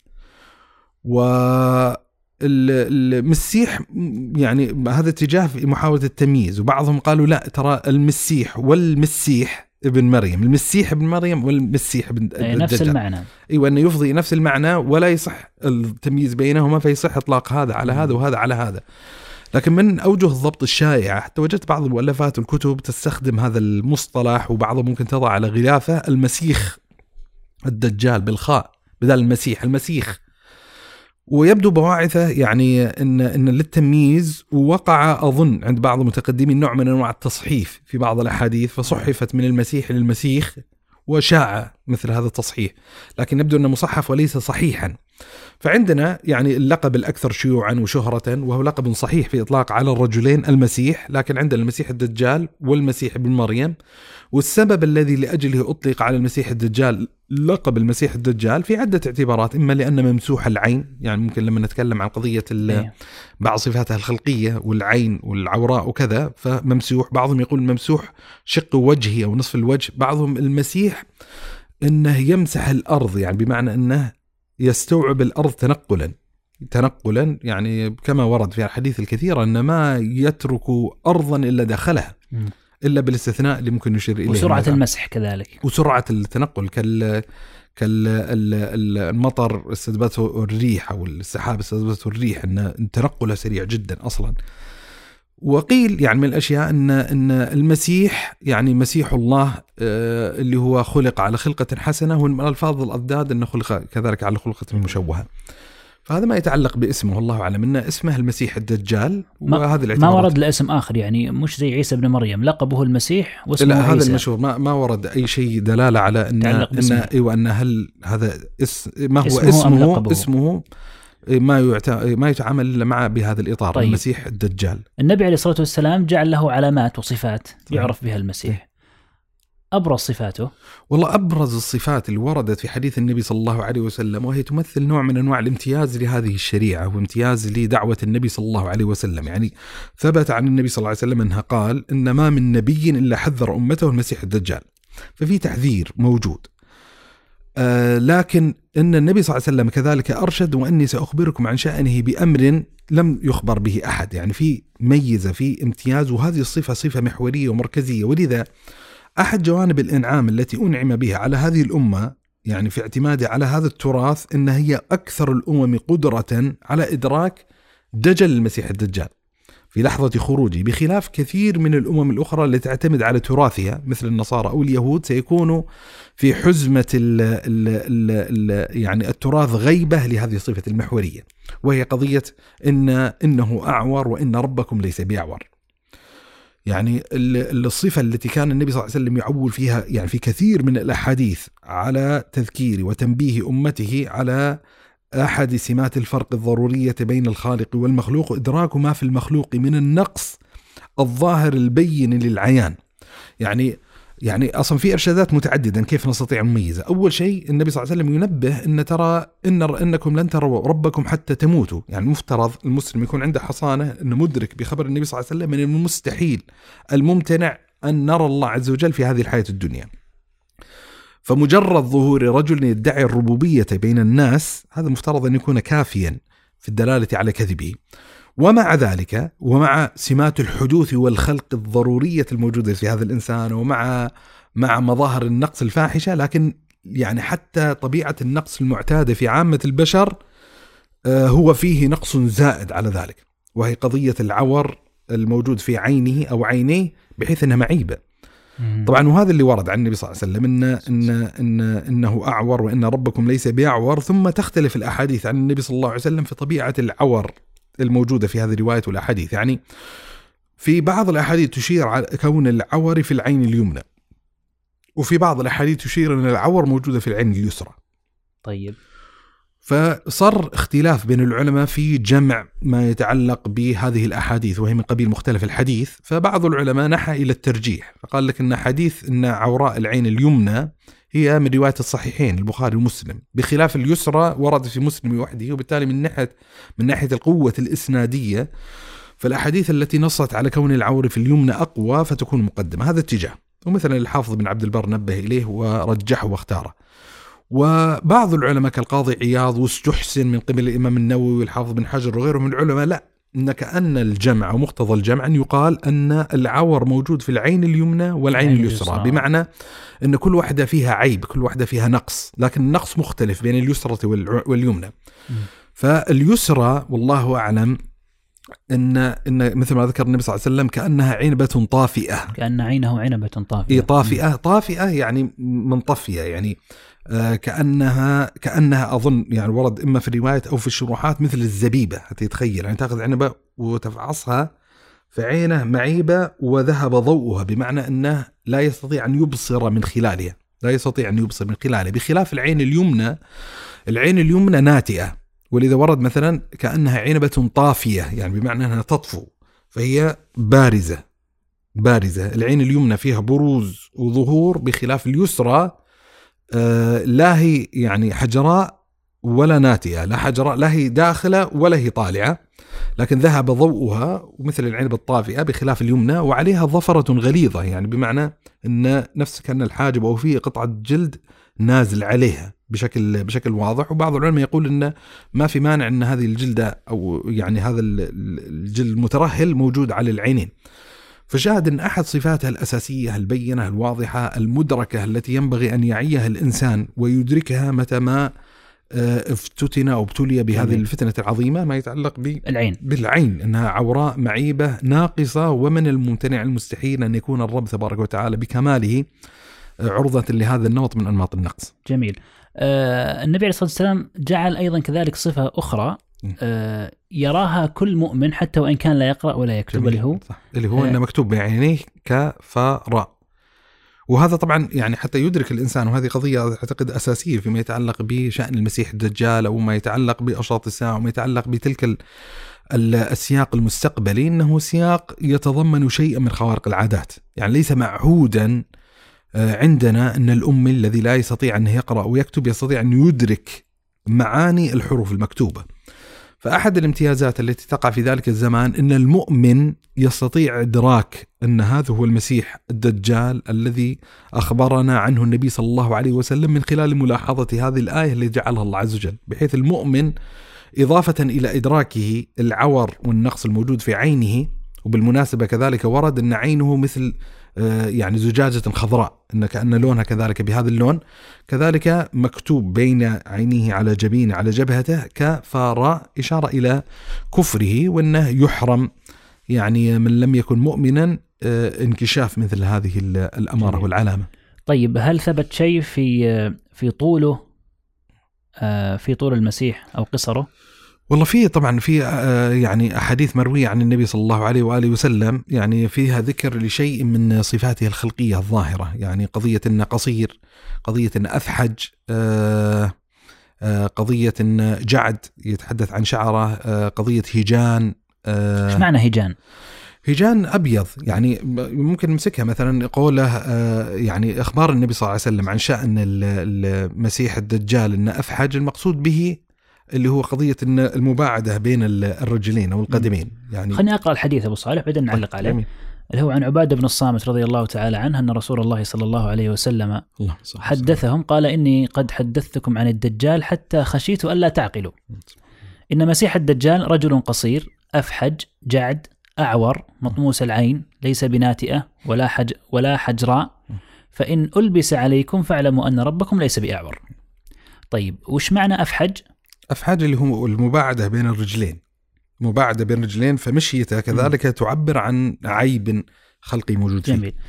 والمسيح يعني هذا اتجاه في محاولة التمييز. وبعضهم قالوا لا، ترى المسيح والمسيح ابن مريم، المسيح ابن مريم والمسيح ابن الدجال نفس المعنى. أيوة، أنه يفضي نفس المعنى ولا يصح التمييز بينهما، فيصح إطلاق هذا على هذا وهذا على هذا. لكن من أوجه الضبط الشائعة حتى وجدت بعض المؤلفات والكتب تستخدم هذا المصطلح، وبعضهم ممكن تضع على غلافة المسيخ الدجال بالخاء بدل المسيح. ويبدو بواعثه يعني إن للتمييز، ووقع أظن عند بعض المتقدمين نوع من أنواع التصحيف في بعض الأحاديث، فصحفت من المسيح للمسيخ، وشاع مثل هذا التصحيح، لكن يبدو أنه مصحف وليس صحيحا. فعندنا يعني اللقب الأكثر شيوعا وشهرة، وهو لقب صحيح في إطلاق على الرجلين المسيح، لكن عندنا المسيح الدجال والمسيح ابن مريم. والسبب الذي لأجله أطلق على المسيح الدجال لقب المسيح الدجال في عدة اعتبارات، إما لأن ممسوح العين، يعني ممكن لما نتكلم عن قضية بعض صفاتها الخلقية والعين والعوراء وكذا فممسوح. بعضهم يقول ممسوح شق وجهه أو نصف الوجه. بعضهم المسيح إنه يمسح الأرض، يعني بمعنى أنه يستوعب الأرض تنقلا، يعني كما ورد في الحديث الكثير أن ما يترك أرضا إلا دخلها، إلا بالاستثناء اللي ممكن يشير إليه. وسرعة المسح كذلك، وسرعة التنقل كالمطر استدبته الريح أو السحاب استدبته الريح، أن تنقله سريع جدا أصلا. وقيل يعني من الأشياء أن المسيح يعني مسيح الله اللي هو خلق على خلقة حسنة، ومن الألفاظ الأضداد أنه خلق كذلك على خلقة مشوهة. فهذا ما يتعلق باسمه، والله أعلم أنه اسمه المسيح الدجال. وهذا ما ورد لاسم آخر، يعني مش زي عيسى بن مريم لقبه المسيح واسمه عيسى. هذا عيسى. المشهور، ما ورد أي شيء دلالة على أن هل هذا ما هو اسمه ما يتعامل معه بهذا الإطار. طيب. المسيح الدجال، النبي عليه الصلاة والسلام جعل له علامات وصفات يعرف بها المسيح. أبرز صفاته، والله أبرز الصفات اللي وردت في حديث النبي صلى الله عليه وسلم، وهي تمثل نوع من أنواع الامتياز لهذه الشريعة وامتياز لدعوة النبي صلى الله عليه وسلم. يعني ثبت عن النبي صلى الله عليه وسلم أنها قال إن ما من نبي إلا حذر أمته المسيح الدجال، ففي تحذير موجود. لكن إن النبي صلى الله عليه وسلم كذلك أرشد وأني سأخبركم عن شأنه بأمر لم يخبر به أحد، يعني في ميزة في امتياز، وهذه الصفة صفة محورية ومركزية. ولذا أحد جوانب الإنعام التي أنعم بها على هذه الأمة، يعني في اعتمادي على هذا التراث، إن هي أكثر الأمم قدرة على إدراك دجل المسيح الدجال في لحظة خروجه، بخلاف كثير من الأمم الأخرى التي تعتمد على تراثها مثل النصارى أو اليهود، سيكونوا في حزمة يعني التراث غيبة لهذه الصفة المحورية، وهي قضية إنه أعور وإن ربكم ليس بأعور. يعني الصفة التي كان النبي صلى الله عليه وسلم يعول فيها يعني في كثير من الأحاديث على تذكير وتنبيه أمته على أحد سمات الفرق الضرورية بين الخالق والمخلوق، إدراك ما في المخلوق من النقص الظاهر البين للعيان. يعني يعني أصلا في إرشادات متعددة كيف نستطيع أن نميزه. أول شيء النبي صلى الله عليه وسلم ينبه أن ترى إنكم لن تروا ربكم حتى تموتوا. يعني المفترض المسلم يكون عنده حصانة أنه مدرك بخبر النبي صلى الله عليه وسلم من المستحيل الممتنع أن نرى الله عز وجل في هذه الحياة الدنيا. فمجرد ظهور رجل يدعي الربوبية بين الناس هذا مفترض أن يكون كافيا في الدلالة على كذبه. ومع ذلك ومع سمات الحدوث والخلق الضرورية الموجودة في هذا الإنسان ومع مظاهر النقص الفاحشة، لكن يعني حتى طبيعة النقص المعتادة في عامة البشر هو فيه نقص زائد على ذلك، وهي قضية العور الموجود في عينه أو عينيه بحيث أنها معيبة. طبعا وهذا اللي ورد عن النبي صلى الله عليه وسلم إنه أعور وإن ربكم ليس بأعور. ثم تختلف الأحاديث عن النبي صلى الله عليه وسلم في طبيعة العور الموجودة في هذه الرواية والأحاديث. يعني في بعض الأحاديث تشير على كون العور في العين اليمنى، وفي بعض الأحاديث تشير أن العور موجودة في العين اليسرى. طيب، فصار اختلاف بين العلماء في جمع ما يتعلق بهذه الأحاديث وهي من قبيل مختلف الحديث. فبعض العلماء نحى إلى الترجيح فقال لك أن حديث أن عوراء العين اليمنى هي من رواية الصحيحين البخاري ومسلم، بخلاف اليسرى ورد في مسلم وحده. وبالتالي من ناحية القوة الإسنادية فالأحاديث التي نصت على كون العور في اليمنى أقوى فتكون مقدمة. هذا اتجاه، ومثلا الحافظ بن عبد البر نبه إليه ورجحه واختاره. وبعض العلماء كالقاضي عياض واستحسن من قبل الإمام النووي والحافظ بن حجر وغيرهم من العلماء لا، إن كأن الجمع ومقتضى الجمع أن يقال أن العور موجود في العين اليمنى والعين اليسرى، بمعنى أن كل واحدة فيها عيب، كل واحدة فيها نقص، لكن النقص مختلف بين اليسرى واليمنى. فاليسرى والله أعلم إن مثل ما ذكر النبي صلى الله عليه وسلم كأنها عنبة طافئة، كأن عينه عنبة طافئة. طافئة يعني منطفية، يعني كأنها أظن يعني ورد إما في الرواية أو في الشروحات مثل الزبيبة. هتتخيل يعني تأخذ عنبة وتفعصها فعينه معيبة وذهب ضوءها، بمعنى أنه لا يستطيع أن يبصر من خلالها، بخلاف العين اليمنى. العين اليمنى ناتئة، ولذا ورد مثلا كأنها عنبة طافية، يعني بمعنى أنها تطفو فهي بارزة. العين اليمنى فيها بروز وظهور، بخلاف اليسرى لا هي يعني حجراء ولا ناتئة، لا حجراء لا هي داخلة ولا هي طالعة، لكن ذهب ضوءها ومثل العنبة الطافئة، بخلاف اليمنى وعليها ظفرة غليظة، يعني بمعنى أن نفس كأن الحاجب أو فيه قطعة جلد نازل عليها بشكل واضح. وبعض العلماء يقول أن ما في مانع أن هذه الجلدة أو يعني هذا الجلد المترهل موجود على العينين. فشاهد أن أحد صفاتها الأساسية البينة الواضحة المدركة التي ينبغي أن يعيها الإنسان ويدركها متى ما افتتن أو ابتلي بهذه الفتنة العظيمة، ما يتعلق بالعين، أنها عوراء معيبة ناقصة، ومن الممتنع المستحيل أن يكون الرب تبارك وتعالى بكماله عرضة لهذا النمط من أنماط النقص. جميل. النبي عليه الصلاة والسلام جعل أيضا كذلك صفة أخرى يراها كل مؤمن حتى وإن كان لا يقرأ ولا يكتب، اللي هو أنه مكتوب بعينيه كفراء. وهذا طبعا يعني حتى يدرك الإنسان، وهذه قضية أعتقد أساسية فيما يتعلق بشأن المسيح الدجال أو ما يتعلق بأشراط الساعة وما يتعلق بتلك السياق المستقبلي، إنه سياق يتضمن شيئا من خوارق العادات. يعني ليس معهودا عندنا أن الأمي الذي لا يستطيع أن يقرأ ويكتب يستطيع أن يدرك معاني الحروف المكتوبة. فأحد الامتيازات التي تقع في ذلك الزمان أن المؤمن يستطيع إدراك أن هذا هو المسيح الدجال الذي أخبرنا عنه النبي صلى الله عليه وسلم من خلال ملاحظة هذه الآية اللي جعلها الله عز وجل، بحيث المؤمن إضافة إلى إدراكه العور والنقص الموجود في عينه. وبالمناسبة كذلك ورد أن عينه مثل يعني زجاجة خضراء، إن كأن لونها كذلك بهذا اللون، كذلك مكتوب بين عينيه على جبينه على جبهته كفاراء، إشارة إلى كفره وأنه يحرم يعني من لم يكن مؤمنا انكشاف مثل هذه الأمارة والعلامة. طيب، هل ثبت شيء في طوله في طول المسيح أو قصره؟ والله فيه طبعا في يعني أحاديث مروية عن النبي صلى الله عليه وآله وسلم يعني فيها ذكر لشيء من صفاته الخلقية الظاهرة، يعني قضية إنه قصير، قضية إنه أفحج، قضية إنه جعد يتحدث عن شعره، قضية هجان. إيش معنى هجان؟ هجان أبيض، يعني ممكن نمسكها مثلا قوله يعني أخبار النبي صلى الله عليه وسلم عن شأن المسيح الدجال أنه أفحج، المقصود به اللي هو قضية أن المباعدة بين الرجلين أو القدمين. يعني خليني أقرأ الحديث أبو صالح بعدين نعلق عليه. اللي هو عن عبادة بن الصامت رضي الله تعالى عنه أن رسول الله صلى الله عليه وسلم حدثهم قال: إني قد حدثتكم عن الدجال حتى خشيت ألا تعقلوا. إن مسيح الدجال رجل قصير أفحج جعد أعور مطموس العين ليس بناتئة ولا حجراء، فإن ألبس عليكم فاعلموا أن ربكم ليس بأعور. طيب وش معنى أفحج؟ أفحج اللي هو المباعدة بين الرجلين، مباعدة بين الرجلين، فمشيته كذلك تعبر عن عيب خلقي موجود فيه. جميل.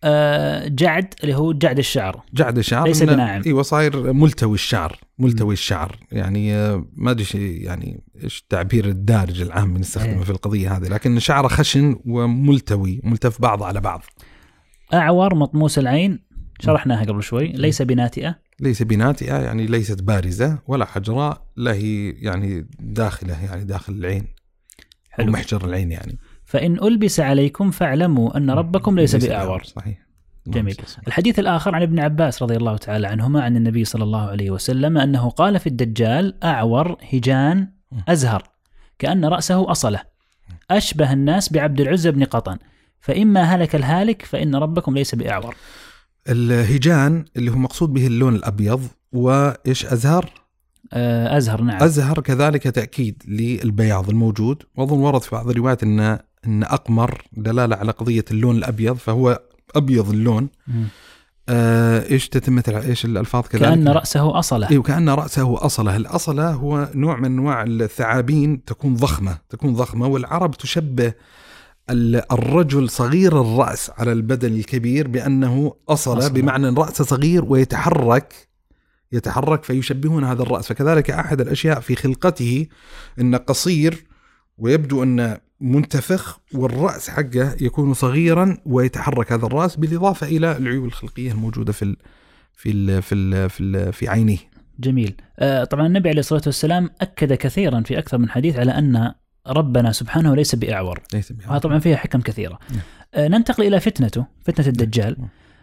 جعد اللي هو جعد الشعر، جعد الشعر ليس بناعم. ايوه صاير ملتوي الشعر، ملتوي الشعر، يعني ما ادري يعني ايش التعبير الدارج العام بنستخدمه في القضيه هذه، لكن شعره خشن وملتوي ملتف بعض على بعض. اعور مطموس العين شرحناها قبل شوي، ليس بناتئه، ليس بناتئه يعني ليست بارزه، ولا حجراء، لا هي يعني داخله، يعني داخل العين او محجر العين يعني. فإن ألبس عليكم فاعلموا أن ربكم ليس بأعور. صحيح. جميل. الحديث الآخر عن ابن عباس رضي الله تعالى عنهما عن النبي صلى الله عليه وسلم أنه قال في الدجال: أعور هجان أزهر كأن رأسه أصلة أشبه الناس بعبد العزى بن قطن، فإما هلك الهالك فإن ربكم ليس بأعور. الهجان اللي هو مقصود به اللون الأبيض، وإيش أزهر؟ أزهر، نعم. أزهر كذلك تأكيد للبياض الموجود، وأظن ورد في بعض الروايات أن أقمر دلالة على قضية اللون الأبيض، فهو أبيض اللون. إيش تتمة إيش الألفاظ كذلك؟ كأن رأسه أصلة. إيه، كأن رأسه أصلة. الأصلة هو نوع من أنواع الثعابين، تكون ضخمة، والعرب تشبه الرجل صغير الرأس على البدن الكبير بأنه أصلة. بمعنى أن رأسه صغير ويتحرك فيشبهون هذا الرأس. فكذلك أحد الأشياء في خلقته أنه قصير ويبدو أنه منتفخ، والرأس حقه يكون صغيرا ويتحرك هذا الرأس، بالإضافة إلى العيوب الخلقية الموجودة في عينيه. جميل. طبعا النبي عليه الصلاة والسلام أكد كثيرا في أكثر من حديث على أن ربنا سبحانه ليس بأعور، وهذا طبعا فيها حكم كثيرة. ننتقل إلى فتنة الدجال.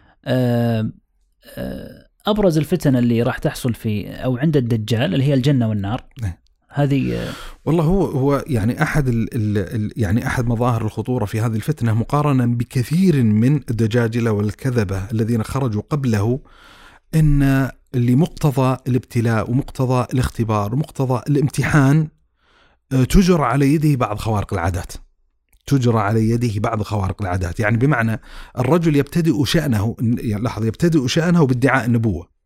أبرز الفتن اللي راح تحصل في أو عند الدجال اللي هي الجنة والنار. هذه والله هو يعني أحد مظاهر الخطورة في هذه الفتنة، مقارنة بكثير من الدجاجلة والكذبة الذين خرجوا قبله، إن لمقتضى الابتلاء ومقتضى الاختبار ومقتضى الامتحان تجرى على يده بعض خوارق العادات. يعني بمعنى الرجل يبتدئ شأنه، يبتدئ شأنه بادعاء النبوة،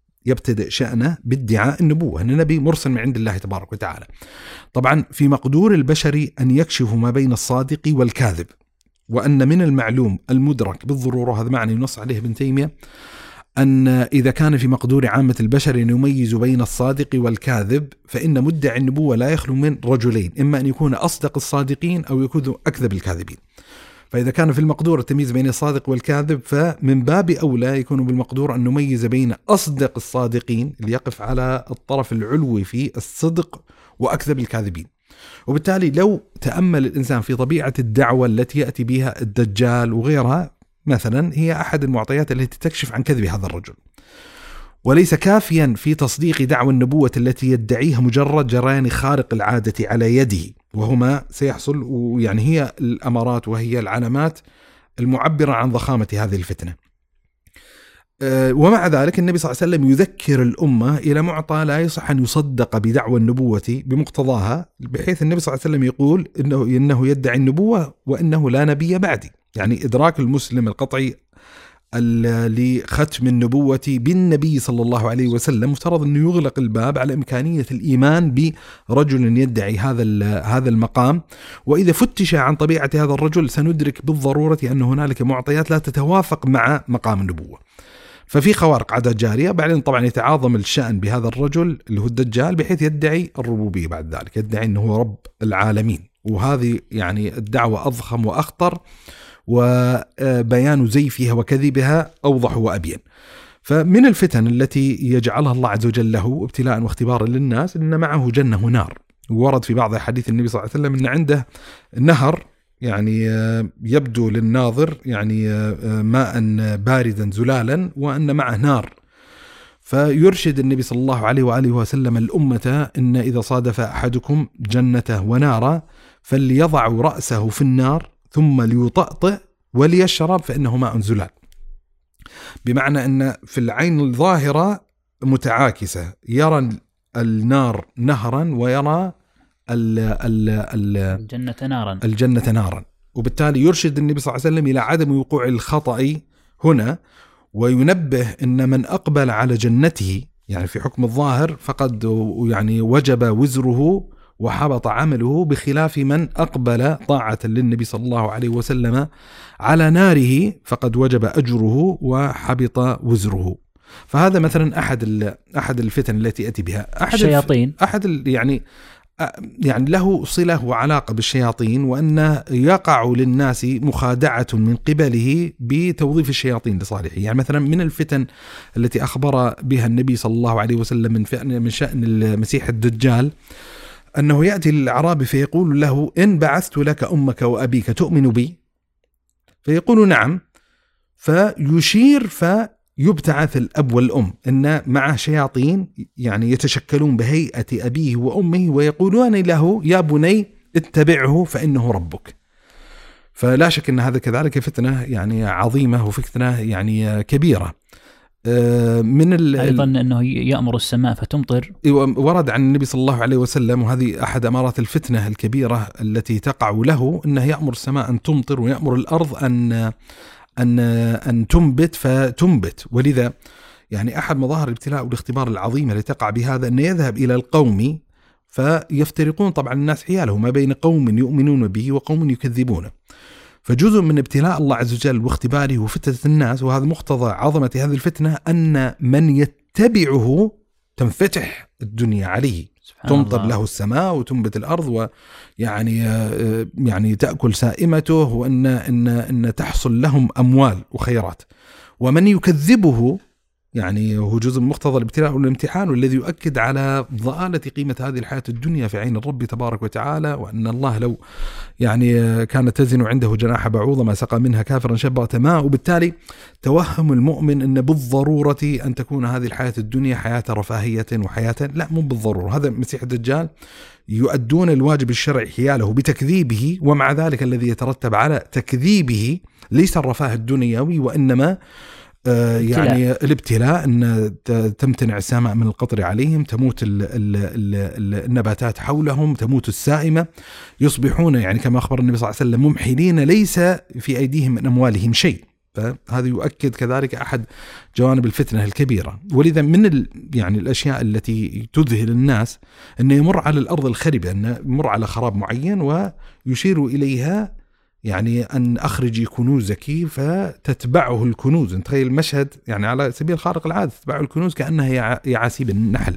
أن النبي مرسل من عند الله تبارك وتعالى. طبعا في مقدور البشر أن يكشفوا ما بين الصادق والكاذب، وأن من المعلوم المدرك بالضرورة، هذا معنى ينص عليه ابن تيمية، أن إذا كان في مقدور عامة البشر أن يميزوا بين الصادق والكاذب، فإن مدعي النبوة لا يخلو من رجلين، إما أن يكون أصدق الصادقين أو يكون أكذب الكاذبين. فإذا كان في المقدور التمييز بين الصادق والكاذب، فمن باب أولى يكون بالمقدور أن نميز بين أصدق الصادقين اللي يقف على الطرف العلوي في الصدق وأكذب الكاذبين. وبالتالي لو تأمل الإنسان في طبيعة الدعوة التي يأتي بها الدجال وغيرها، مثلا هي أحد المعطيات التي تكشف عن كذب هذا الرجل، وليس كافيا في تصديق دعوى النبوة التي يدعيها مجرد جريان خارق العادة على يده، وهما سيحصل، ويعني هي الأمارات وهي العلامات المعبرة عن ضخامة هذه الفتنة. ومع ذلك النبي صلى الله عليه وسلم يذكر الأمة إلى معطى لا يصح أن يصدق بدعوى النبوة بمقتضاها، بحيث النبي صلى الله عليه وسلم يقول إنه يدعي النبوة وإنه لا نبي بعدي. يعني إدراك المسلم القطعي لختم النبوة بالنبي صلى الله عليه وسلم مفترض أنه يغلق الباب على إمكانية الإيمان برجل يدعي هذا المقام. وإذا فتش عن طبيعة هذا الرجل سندرك بالضرورة أن هنالك معطيات لا تتوافق مع مقام النبوة. ففي خوارق عادات جارية. بعدين طبعا يتعاظم الشأن بهذا الرجل اللي هو الدجال، بحيث يدعي الربوبية بعد ذلك، يدعي أنه هو رب العالمين، وهذه يعني الدعوة أضخم وأخطر، وبيان زيفها وكذبها أوضح وأبين. فمن الفتن التي يجعلها الله عز وجل له ابتلاء واختبارا للناس أن معه جنة ونار. ورد في بعض حديث النبي صلى الله عليه وسلم أن عنده نهر يعني يبدو للناظر يعني ماء باردا زلالا وأن معه نار. فيرشد النبي صلى الله عليه وآله وسلم الأمة إن إذا صادف أحدكم جنته ونارا فليضع رأسه في النار ثم ليطأطئ وليشرب فإنه ماء زلال. بمعنى أن في العين الظاهرة متعاكسة، يرى النار نهرا ويرى الجنة نارا، وبالتالي يرشد النبي صلى الله عليه وسلم إلى عدم وقوع الخطأ هنا، وينبه أن من أقبل على جنته يعني في حكم الظاهر فقد يعني وجب وزره وحبط عمله، بخلاف من أقبل طاعة للنبي صلى الله عليه وسلم على ناره فقد وجب أجره وحبط وزره. فهذا مثلا أحد الفتن التي أتي بها الشياطين. يعني له صلة وعلاقة بالشياطين، وأنه يقع للناس مخادعة من قبله بتوظيف الشياطين لصالحه. يعني مثلا من الفتن التي أخبر بها النبي صلى الله عليه وسلم من شأن المسيح الدجال أنه يأتي للأعرابي فيقول له: إن بعثت لك أمك وأبيك تؤمن بي؟ فيقول: نعم. فيشير فيبتعث الأب والأم إن معه شياطين يعني يتشكلون بهيئة أبيه وأمه ويقولون له: يا بني اتبعه فإنه ربك. فلا شك أن هذا كذلك فتنة يعني عظيمة وفتنة يعني كبيرة. أيضا أنه يأمر السماء فتمطر، ورد عن النبي صلى الله عليه وسلم، وهذه أحد أمارات الفتنة الكبيرة التي تقع له، أنه يأمر السماء أن تمطر ويأمر الأرض أن تنبت فتنبت. ولذا يعني أحد مظاهر الابتلاء والاختبار العظيمة اللي تقع بهذا أن يذهب إلى القوم فيفترقون طبعا الناس حياله ما بين قوم يؤمنون به وقوم يكذبونه. فجزء من ابتلاء الله عز وجل واختباره وفتنة الناس، وهذا مقتضى عظمة هذه الفتنة، أن من يتبعه تنفتح الدنيا عليه، تمطر له السماء وتنبت الأرض يعني تأكل سائمته، وأن تحصل لهم أموال وخيرات. ومن يكذبه يعني هو جزء من مقتضى الابتلاء والامتحان، والذي يؤكد على ضآلة قيمة هذه الحياة الدنيا في عين الرب تبارك وتعالى، وأن الله لو يعني كانت تزن عنده جناح بعوضة ما سقى منها كافرا شبرة ماء. وبالتالي توهم المؤمن أن بالضرورة أن تكون هذه الحياة الدنيا حياة رفاهية وحياة، لا، مو بالضرورة. هذا مسيح الدجال يؤدون الواجب الشرعي حياله بتكذيبه، ومع ذلك الذي يترتب على تكذيبه ليس الرفاه الدنيوي، وإنما يعني الابتلاء، أن تمتنع السماء من القطر عليهم، تموت النباتات حولهم، تموت السائمة، يصبحون يعني كما أخبر النبي صلى الله عليه وسلم ممحلين ليس في أيديهم من أموالهم شيء. فهذا يؤكد كذلك أحد جوانب الفتنة الكبيرة. ولذا من يعني الأشياء التي تذهل الناس أن يمر على الأرض الخربة، أن يمر على خراب معين ويشير إليها يعني أن أخرجي كنوزك فتتبعه الكنوز. تخيل المشهد يعني على سبيل الخارق العادة، تتبعه الكنوز كأنها يعاسيب النحل.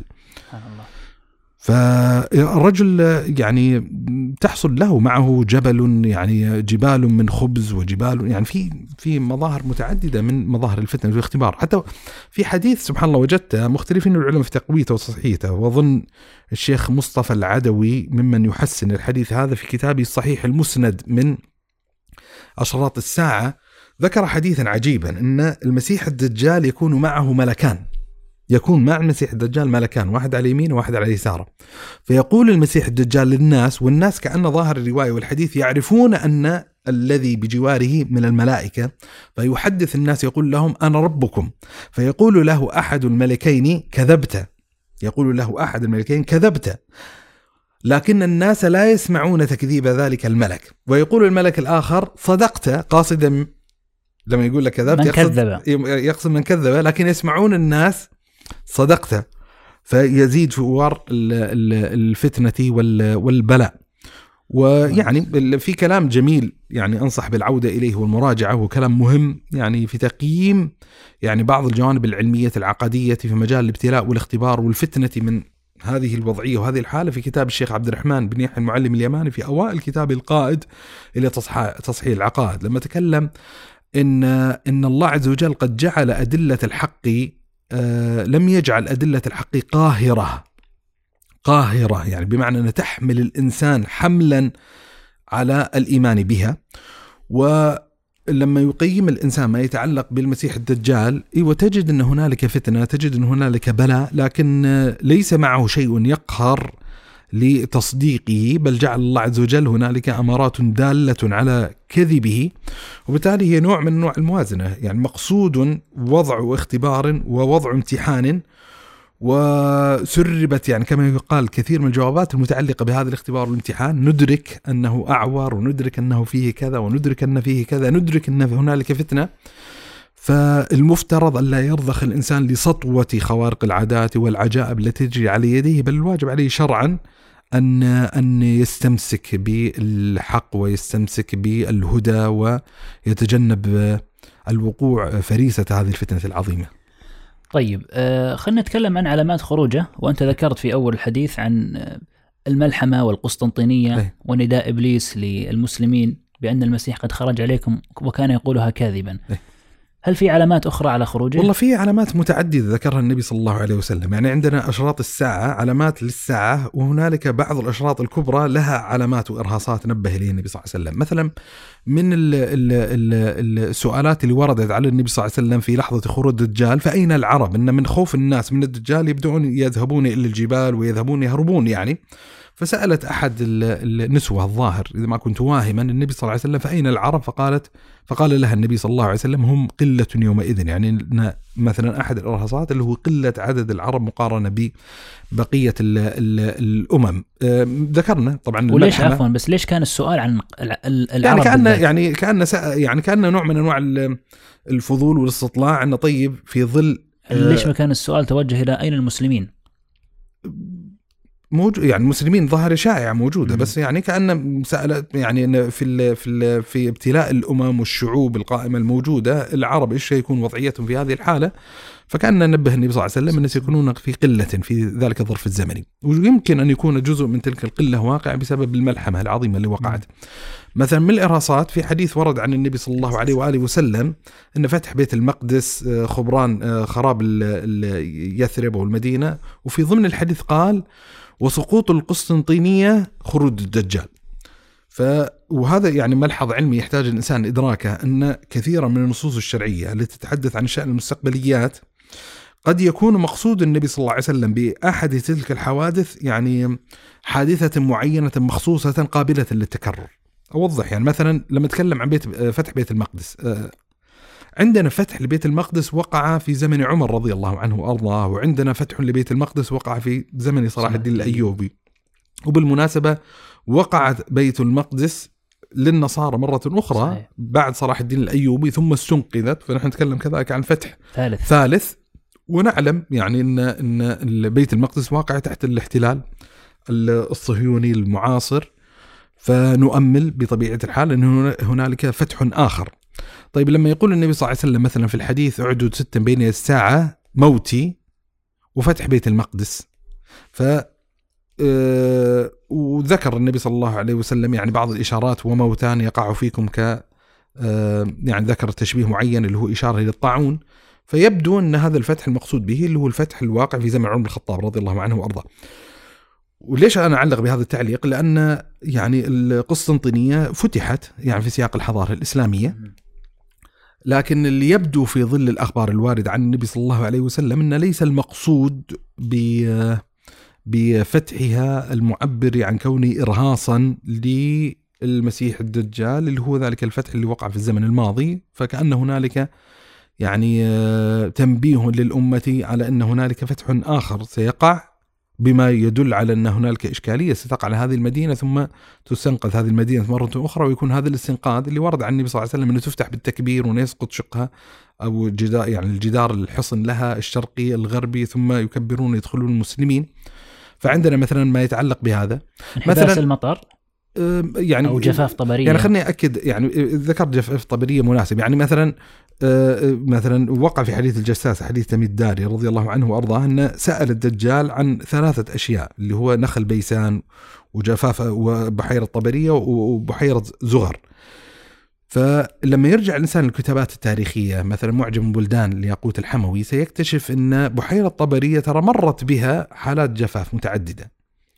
فالرجل يعني تحصل له معه جبل، يعني جبال من خبز وجبال، يعني في مظاهر متعددة من مظاهر الفتنة والاختبار. حتى في حديث سبحان الله وجدته مختلفين العلماء في تقويته وتصحيحه، وظن الشيخ مصطفى العدوي ممن يحسن الحديث هذا في كتابه الصحيح المسند من أشراط الساعة، ذكر حديثا عجيبا أن المسيح الدجال يكون معه ملكان، يكون مع المسيح الدجال ملكان، واحد على اليمين وواحد على اليسار. فيقول المسيح الدجال للناس، والناس كأن ظاهر الرواية والحديث يعرفون أن الذي بجواره من الملائكة، فيحدث الناس يقول لهم: أنا ربكم. فيقول له أحد الملكين: كذبت. يقول له أحد الملكين: كذبت. لكن الناس لا يسمعون تكذيب ذلك الملك. ويقول الملك الآخر: صدقت، قاصدا لما يقول لك كذبت يقصد من كذب، لكن يسمعون الناس صدقت. فيزيد فوار الفتنة والبلاء. ويعني في كلام جميل يعني أنصح بالعودة إليه والمراجعة، وكلام مهم يعني في تقييم يعني بعض الجوانب العلمية العقدية في مجال الابتلاء والاختبار والفتنة من هذه الوضعية وهذه الحالة، في كتاب الشيخ عبد الرحمن بن يحيى المعلم اليماني في أوائل كتاب القائد إلى تصحيح العقائد، لما تكلم إن الله عز وجل قد جعل أدلة الحق، لم يجعل أدلة الحق قاهرة، يعني بمعنى أن تحمل الإنسان حملا على الإيمان بها. ولما يقيم الإنسان ما يتعلق بالمسيح الدجال تجد أن هنالك فتنة، تجد أن هنالك بلاء، لكن ليس معه شيء يقهر لتصديقه، بل جعل الله عز وجل هنالك أمارات دالة على كذبه، وبالتالي هي نوع من نوع الموازنة. يعني مقصود وضع اختبار ووضع امتحان، وسربت يعني كما يقال كثير من الجوابات المتعلقة بهذا الاختبار والامتحان. ندرك أنه أعور، وندرك أنه فيه كذا، وندرك أن فيه كذا، ندرك أن هنالك فتنة. فالمفترض أن لا يرضخ الإنسان لسطوة خوارق العادات والعجائب التي تجري على يديه، بل الواجب عليه شرعا أن يستمسك بالحق ويستمسك بالهدى ويتجنب الوقوع فريسة هذه الفتنة العظيمة. طيب خلينا نتكلم عن علامات خروجه. وأنت ذكرت في أول الحديث عن الملحمة والقسطنطينية ونداء إبليس للمسلمين بأن المسيح قد خرج عليكم وكان يقولها كاذبا. هل في علامات أخرى على خروجه؟ والله في علامات متعددة ذكرها النبي صلى الله عليه وسلم. يعني عندنا أشراط الساعة، علامات للساعة، وهنالك بعض الأشراط الكبرى لها علامات وإرهاصات نبه إليه النبي صلى الله عليه وسلم. مثلا من السؤالات اللي وردت على النبي صلى الله عليه وسلم في لحظة خروج الدجال: فأين العرب؟ إن من خوف الناس من الدجال يبدأون يذهبون إلى الجبال ويذهبون يهربون يعني. فسألت أحد النسوة الظاهر إذا ما كنت واهما النبي صلى الله عليه وسلم: فأين العرب؟ فقال لها النبي صلى الله عليه وسلم: هم قلة يومئذ. يعني مثلا أحد الإرهاصات اللي هو قلة عدد العرب مقارنة ببقية الأمم. ذكرنا طبعا. وليش عفوا بس ليش كان السؤال عن العرب؟ يعني كأن نوع من أنواع الفضول والاستطلاع، أنه طيب في ظل ليش ما كان السؤال توجه إلى أين المسلمين؟ يعني المسلمين ظاهرة شائعة موجودة، بس يعني كأن سألت يعني في ابتلاء الأمم والشعوب القائمة الموجودة العرب إيش يكون وضعيتهم في هذه الحالة. فكأن نبه النبي صلى الله عليه وسلم أن سيكونون في قلة في ذلك الظرف الزمني، ويمكن أن يكون جزء من تلك القلة واقع بسبب الملحمة العظيمة اللي وقعت. مثلا من الإرهاصات في حديث ورد عن النبي صلى الله عليه وآله وسلم أن فتح بيت المقدس، خبران خراب يثرب والمدينة، وفي ضمن الحديث قال: وسقوط القسطنطينية خروج الدجال. وهذا يعني ملحظ علمي يحتاج الإنسان إدراكه، أن كثيرا من النصوص الشرعية التي تتحدث عن شأن المستقبليات قد يكون مقصود النبي صلى الله عليه وسلم بأحد تلك الحوادث يعني حادثة معينة مخصوصة قابلة للتكرر. أوضح يعني مثلا لما نتكلم عن فتح بيت المقدس، عندنا فتح لبيت المقدس وقع في زمن عمر رضي الله عنه وأرضاه، وعندنا فتح لبيت المقدس وقع في زمن صلاح الدين الأيوبي. وبالمناسبة وقعت بيت المقدس للنصارى مرة أخرى صحيح. بعد صلاح الدين الأيوبي ثم استنقذت، فنحن نتكلم كذلك عن فتح ثالث. ونعلم يعني إن بيت المقدس واقع تحت الاحتلال الصهيوني المعاصر، فنؤمل بطبيعة الحال أن هنالك فتح آخر. طيب لما يقول النبي صلى الله عليه وسلم مثلا في الحديث: أعدد 6 بين الساعة موتي وفتح بيت المقدس، وذكر النبي صلى الله عليه وسلم يعني بعض الإشارات: وموتان يقع فيكم يعني ذكر تشبيه معين اللي هو إشارة للطاعون. فيبدو أن هذا الفتح المقصود به اللي هو الفتح الواقع في زمن عمر بن الخطاب رضي الله عنه وأرضاه. وليش أنا أعلق بهذا التعليق؟ لأن يعني القسطنطينية فتحت يعني في سياق الحضارة الإسلامية، لكن اللي يبدو في ظل الأخبار الواردة عن النبي صلى الله عليه وسلم أن ليس المقصود بفتحها المعبر عن كونه إرهاصا للمسيح الدجال اللي هو ذلك الفتح اللي وقع في الزمن الماضي. فكأن هنالك يعني تنبيه للأمة على أن هنالك فتح آخر سيقع، بما يدل على أن هنالك إشكالية ستقع على هذه المدينة ثم تستنقذ هذه المدينة مرة أخرى، ويكون هذا الاستنقاذ اللي ورد عن النبي صلى الله عليه وسلم أنه تفتح بالتكبير ويسقط شقها أو جدار يعني الجدار الحصن لها الشرقي الغربي ثم يكبرون يدخلون المسلمين. فعندنا مثلا ما يتعلق بهذا مثلا المطر يعني أو جفاف طبرية. يعني خلني أكد يعني ذكرت جفاف طبرية مناسب. يعني مثلا وقع في حديث الجساس حديث تميم الداري رضي الله عنه وأرضاه أن سأل الدجال عن 3 أشياء اللي هو نخل بيسان وجفاف وبحيرة طبرية وبحيرة زغر. فلما يرجع الإنسان للكتابات التاريخية مثلا معجم بلدان الياقوت الحموي سيكتشف أن بحيرة طبرية ترى مرت بها حالات جفاف متعددة.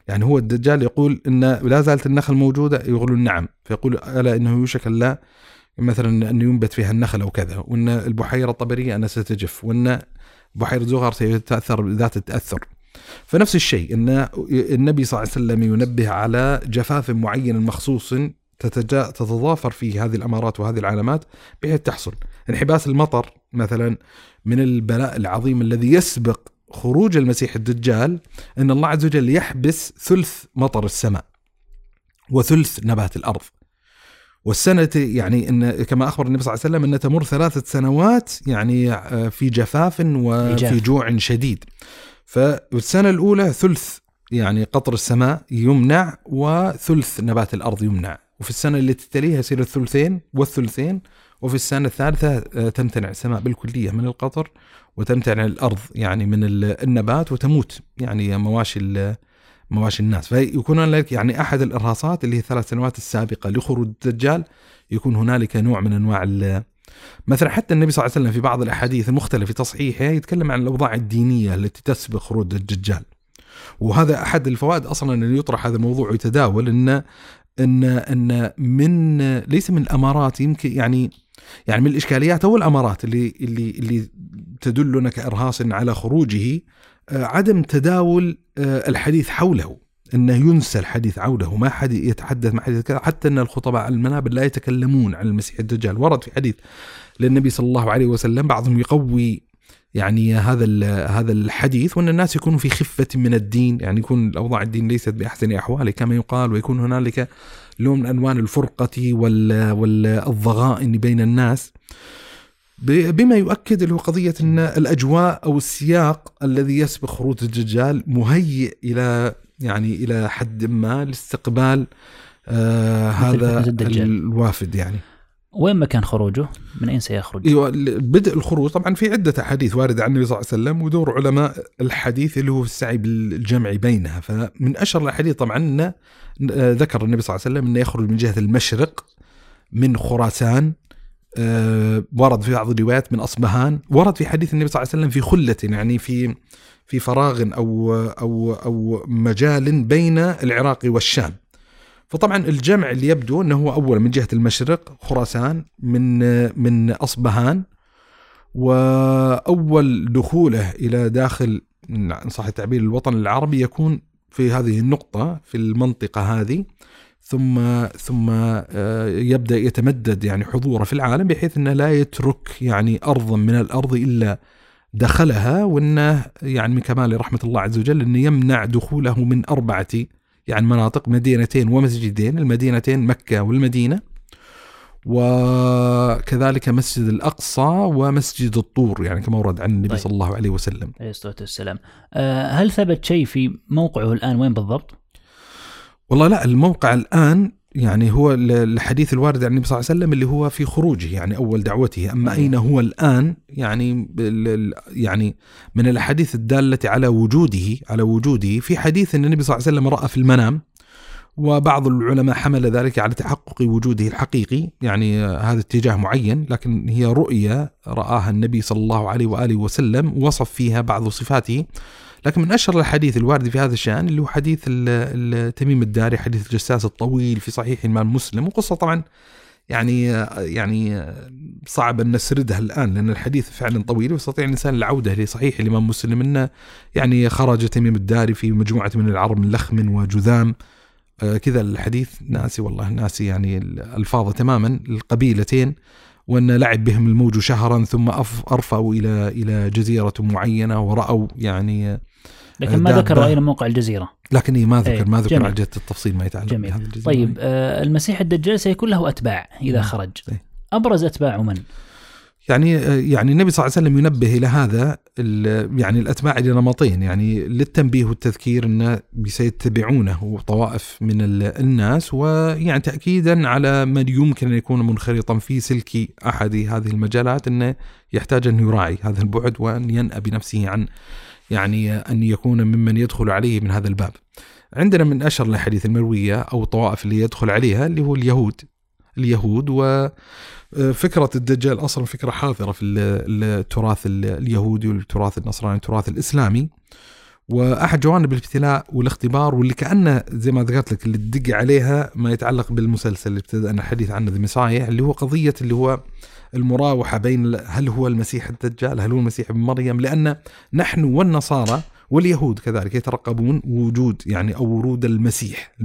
يعني هو الدجال يقول إن لا زالت النخل موجودة، يقولون نعم، فيقول ألا إنه يوشك لا مثلا أن ينبت فيها النخل أو كذا، وأن البحيرة الطبرية أنها ستجف، وأن بحيرة زغر سيتأثر ذات التأثر. فنفس الشيء أن النبي صلى الله عليه وسلم ينبه على جفاف معين مخصوص تتضافر فيه هذه الأمارات وهذه العلامات بحيث تحصل. انحباس المطر مثلا من البلاء العظيم الذي يسبق خروج المسيح الدجال، أن الله عز وجل يحبس ثلث مطر السماء وثلث نبات الأرض. والسنة يعني إن كما أخبر النبي صلى الله عليه وسلم أن تمر 3 سنوات يعني في جفاف وفي جوع شديد. فالسنة الأولى ثلث يعني قطر السماء يمنع وثلث نبات الأرض يمنع، وفي السنة اللي تتليها يصير الثلثين والثلثين، وفي السنة الثالثة تمتنع السماء بالكلية من القطر وتمتنع الأرض يعني من النبات وتموت يعني مواشي الناس. فيكون لك يعني أحد الإرهاصات اللي هي 3 سنوات السابقة لخروج الدجال، يكون هنالك نوع من أنواع مثلا حتى النبي صلى الله عليه وسلم في بعض الأحاديث المختلفة في تصحيحها يتكلم عن الأوضاع الدينية التي تسبق خروج الدجال. وهذا أحد الفوائد أصلا أن يطرح هذا الموضوع ويتداول إن من ليس من الأمارات يمكن يعني من الإشكاليات أو الأمارات اللي تدلنا كإرهاص على خروجه عدم تداول الحديث حوله، أنه ينسى الحديث حوله، ما حد يتحدث، ما حد يتكلم، حتى أن الخطباء على المنابر لا يتكلمون عن المسيح الدجال. ورد في حديث للنبي صلى الله عليه وسلم بعضهم يقوي يعني هذا الحديث، وأن الناس يكونوا في خفة من الدين، يعني يكون الأوضاع الدين ليست بأحسن أحواله كما يقال، ويكون هنالك لون من أنواع الفرقة والضغائن بين الناس، بما يؤكد اللي هو قضية أن الأجواء أو السياق الذي يسبق خروج الدجال مهيئ إلى حد ما لاستقبال هذا الوافد. يعني وين مكان خروجه؟ من أين سيخرج؟ بدء الخروج طبعا في عدة أحاديث واردة عن النبي صلى الله عليه وسلم، ودور علماء الحديث اللي هو السعي بالجمع بينها. فمن أشهر الحديث طبعا ذكر النبي صلى الله عليه وسلم أنه يخرج من جهة المشرق من خراسان، ورد في بعض الروايات من أصبهان، ورد في حديث النبي صلى الله عليه وسلم في خلة، يعني في فراغ أو مجال بين العراق والشام. فطبعا الجمع اللي يبدو أنه هو أول من جهة المشرق خراسان من أصبهان، وأول دخوله إلى داخل إن صح التعبير الوطن العربي يكون في هذه النقطة في المنطقة هذه، ثم يبدأ يتمدد يعني حضوره في العالم، بحيث أنه لا يترك يعني أرضا من الأرض إلا دخلها، وأنه يعني من كمال رحمة الله عز وجل أنه يمنع دخوله من 4 يعني مناطق، مدينتين ومسجدين، المدينتين مكة والمدينة، وكذلك مسجد الأقصى ومسجد الطور، يعني كما ورد عن النبي صلى الله عليه وسلم عليه الصلاة والسلام. هل ثبت شيء في موقعه الآن وين بالضبط؟ والله لا، الموقع الآن يعني هو الحديث الوارد عن النبي صلى الله عليه وسلم اللي هو في خروجه يعني أول دعوته. أما أين هو الآن يعني من الأحاديث الدالة على وجوده في حديث أن النبي صلى الله عليه وسلم رأى في المنام، وبعض العلماء حمل ذلك على تحقق وجوده الحقيقي، يعني هذا اتجاه معين، لكن هي رؤية رآها النبي صلى الله عليه وآله وسلم وصف فيها بعض صفاته. لكن من أشهر الحديث الوارد في هذا الشأن اللي هو حديث تميم الداري، حديث الجساس الطويل في صحيح الإمام مسلم، وقصة طبعا يعني صعب أن نسردها الآن لأن الحديث فعلا طويل، ويستطيع الإنسان العودة لصحيح الإمام مسلم أنه يعني خرج تميم الداري في مجموعة من العرب من لخم وجذام كذا الحديث، ناسي يعني الألفاظ تماما، القبيلتين، وأن لعب بهم الموج شهرا ثم أرفعوا إلى جزيرة معينة ورأوا يعني، لكن ما ذكر أين موقع الجزيرة، لكن ما ذكر على جهة التفصيل ما يتعلق بهذا الجزيرة. طيب المسيح الدجال سيكون له أتباع إذا خرج، أبرز أتباعه من؟ يعني النبي صلى الله عليه وسلم ينبه إلى هذا يعني الأتباع لنمطين، يعني للتنبيه والتذكير أن سيتبعونه طوائف من الناس، ويعني تأكيدا على من يمكن أن يكون منخرطا في سلك أحد هذه المجالات أنه يحتاج أن يراعي هذا البعد وأن ينأى بنفسه عن يعني أن يكون ممن يدخل عليه من هذا الباب. عندنا من أشهر الحديث المروية أو الطوائف اللي يدخل عليها اللي هو اليهود وفكرة الدجال أصلا فكرة حاضرة في التراث اليهودي والتراث النصراني والتراث الإسلامي، وأحد جوانب الابتلاء والاختبار، واللي كأنه زي ما ذكرت لك اللي تدق عليها ما يتعلق بالمسلسل اللي ابتدأنا الحديث عنه ذي مصايح، اللي هو قضية اللي هو المراوحة بين هل هو المسيح الدجال، هل هو المسيح ابن مريم. لأن نحن والنصارى واليهود كذلك يترقبون وجود يعني أو ورود المسيح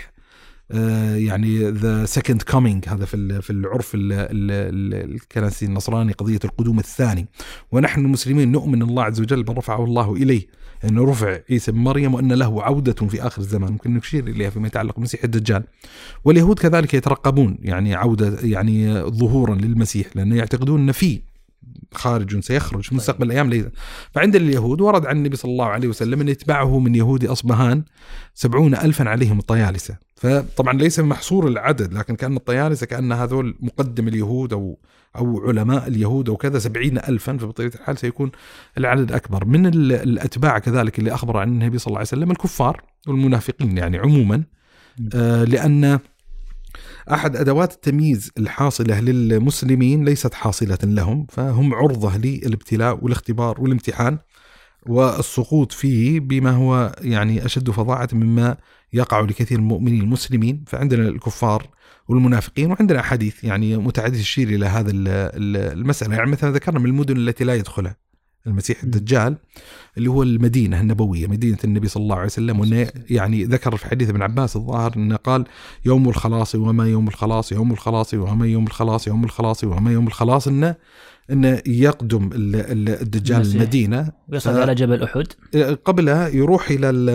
يعني the second coming، هذا في العرف الكنسي النصراني قضية القدوم الثاني. ونحن المسلمين نؤمن الله عز وجل بل رفعه الله إليه، أنه يعني رفع عيسى بن مريم وأن له عودة في آخر الزمان، ممكن نشير إليها فيما يتعلق بالمسيح الدجال. واليهود كذلك يترقبون يعني عودة يعني ظهورا للمسيح، لأنه يعتقدون أن فيه خارج سيخرج في مستقبل الأيام ليس. فعند اليهود ورد عن النبي صلى الله عليه وسلم أن يتبعه من يهود أصبهان 70,000 عليهم الطيالسة. فطبعا ليس محصور العدد، لكن كأن الطيالسة كأن هذول مقدم اليهود أو علماء اليهود أو كذا 70,000، فبطبيعة الحال سيكون العدد أكبر. من الأتباع كذلك اللي أخبر عن النبي صلى الله عليه وسلم الكفار والمنافقين يعني عموما، لأن أحد أدوات التمييز الحاصلة للمسلمين ليست حاصلة لهم، فهم عرضة للابتلاء والاختبار والامتحان والسقوط فيه بما هو يعني أشد فظاعة مما يقع لكثير من المؤمنين المسلمين. فعندنا الكفار والمنافقين، وعندنا أحاديث يعني متعددة تشير إلى هذا المسألة. يعني مثلا ذكرنا من المدن التي لا يدخلها المسيح الدجال اللي هو المدينة النبوية، مدينة النبي صلى الله عليه وسلم. وإنه يعني ذكر في حديث ابن عباس الظاهر أنه قال يوم الخلاص وما يوم الخلاص، يوم الخلاص وما يوم الخلاص، يوم الخلاص وما يوم الخلاص، إنه يقدم الدجال المدينة ويصعد على جبل أحد، قبلها يروح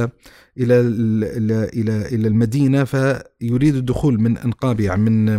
إلى المدينة فيريد الدخول من أنقابها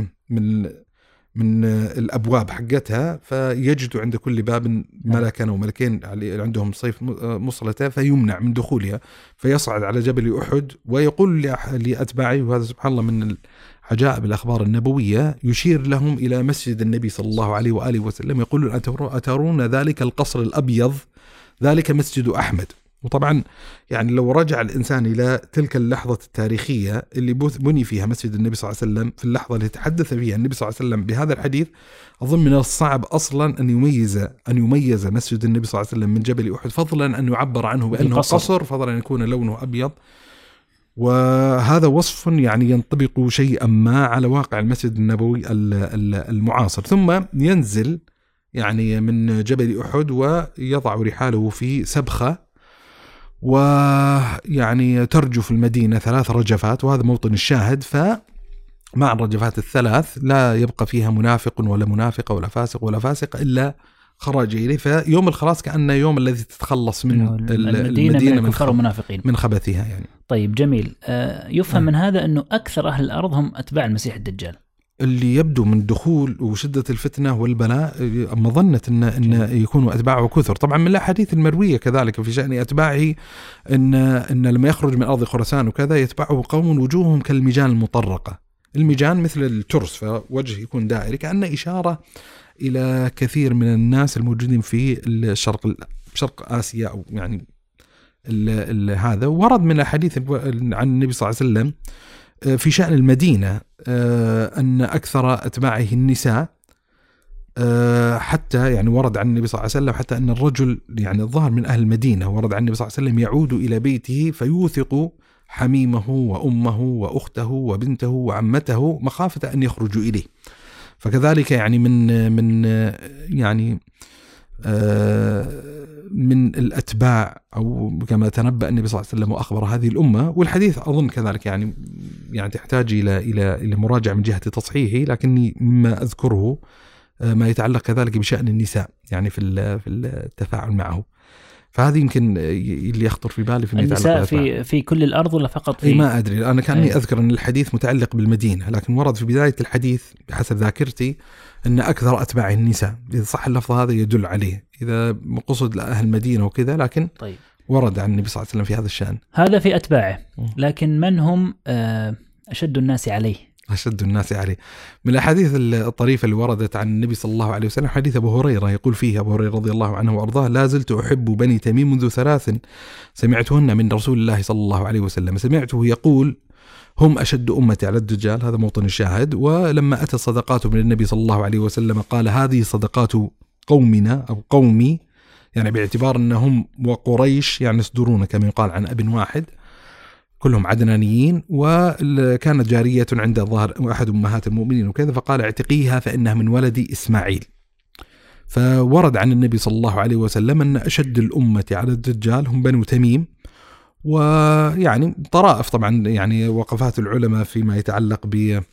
من الأبواب حقتها، فيجد عند كل باب ملكا وملكين عندهم صيف مصلته فيمنع من دخولها، فيصعد على جبل أحد ويقول لأتباعه، وهذا سبحان الله من عجائب الأخبار النبوية، يشير لهم إلى مسجد النبي صلى الله عليه وآله وسلم، يقول أترون ذلك القصر الأبيض ذلك مسجد أحمد. وطبعا يعني لو رجع الإنسان إلى تلك اللحظة التاريخية اللي بني فيها مسجد النبي صلى الله عليه وسلم، في اللحظة اللي تحدث فيها النبي صلى الله عليه وسلم بهذا الحديث، أظن من الصعب أصلا أن يميز مسجد النبي صلى الله عليه وسلم من جبل أحد، فضلا أن يعبر عنه بأنه قصر، فضلا أن يكون لونه أبيض. وهذا وصف يعني ينطبق شيئا ما على واقع المسجد النبوي المعاصر. ثم ينزل يعني من جبل أحد ويضع رحاله في سبخة، ويعني ترجف المدينة 3 رجفات، وهذا موطن الشاهد. فمع الرجفات الثلاث لا يبقى فيها منافق ولا منافقة ولا فاسق ولا فاسق إلا خرج إليه. فيوم الخلاص كأنه يوم الذي تتخلص من المدينة من كفار ومنافقين من خبثها يعني. طيب جميل. يفهم من هذا أنه أكثر أهل الأرض هم أتباع المسيح الدجال، اللي يبدو من الدخول وشدة الفتنة والبلاء مظنة أن يكونوا أتباعه كثر. طبعا من الأحاديث المروية كذلك في شأن أتباعه أن لما يخرج من أرض خراسان وكذا يتبعه قوم وجوههم كالمجان المطرقة، المجان مثل الترس فوجه يكون دائري، كأن إشارة إلى كثير من الناس الموجودين في شرق آسيا أو يعني هذا. ورد من الحديث عن النبي صلى الله عليه وسلم في شأن المدينة أن أكثر أتباعه النساء، حتى يعني ورد عن النبي صلى الله عليه وسلم حتى أن الرجل يعني الظاهر من أهل المدينة ورد عن النبي صلى الله عليه وسلم يعود إلى بيته فيوثق حميمه وأمه وأخته وبنته وعمته مخافة أن يخرجوا إليه. فكذلك يعني من الأتباع أو كما تنبأ النبي صلى الله عليه وسلم وأخبر هذه الأمة. والحديث أظن كذلك يعني تحتاج إلى مراجعة من جهة تصحيحه، لكني مما أذكره ما يتعلق كذلك بشأن النساء يعني في التفاعل معه. فهذه يمكن اللي يخطر في بالي في النساء في كل الأرض ولا فقط في ما أدري. أنا كأني أذكر أن الحديث متعلق بالمدينة، لكن ورد في بداية الحديث بحسب ذاكرتي أن أكثر أتباع النساء. إذا صح اللفظ هذا يدل عليه، إذا مقصد لأهل المدينة وكذا، لكن طيب. ورد عن النبي صلى الله عليه وسلم في هذا الشأن. هذا في أتباعه، لكن من هم أشد الناس عليه؟ أشد الناس عليه من الأحاديث الطريفة اللي وردت عن النبي صلى الله عليه وسلم حديث أبو هريرة، يقول فيه أبو هريرة رضي الله عنه وأرضاه: لا زلت أحب بني تميم منذ 3 سمعتهن من رسول الله صلى الله عليه وسلم. سمعته يقول: هم أشد أمتي على الدجال، هذا موطن الشاهد. ولما أتى الصدقات من النبي صلى الله عليه وسلم قال: هذه صدقات قومنا أو قومي، يعني باعتبار أنهم وقريش يعني يصدرون كما يقال عن أب واحد، كلهم عدنانيين، وكانت جارية عند الظاهر أحد أمهات المؤمنين وكذا، فقال اعتقيها فإنها من ولد إسماعيل. فورد عن النبي صلى الله عليه وسلم أن أشد الأمة على الدجال هم بنو تميم. ويعني طرائف طبعا يعني وقفات العلماء فيما يتعلق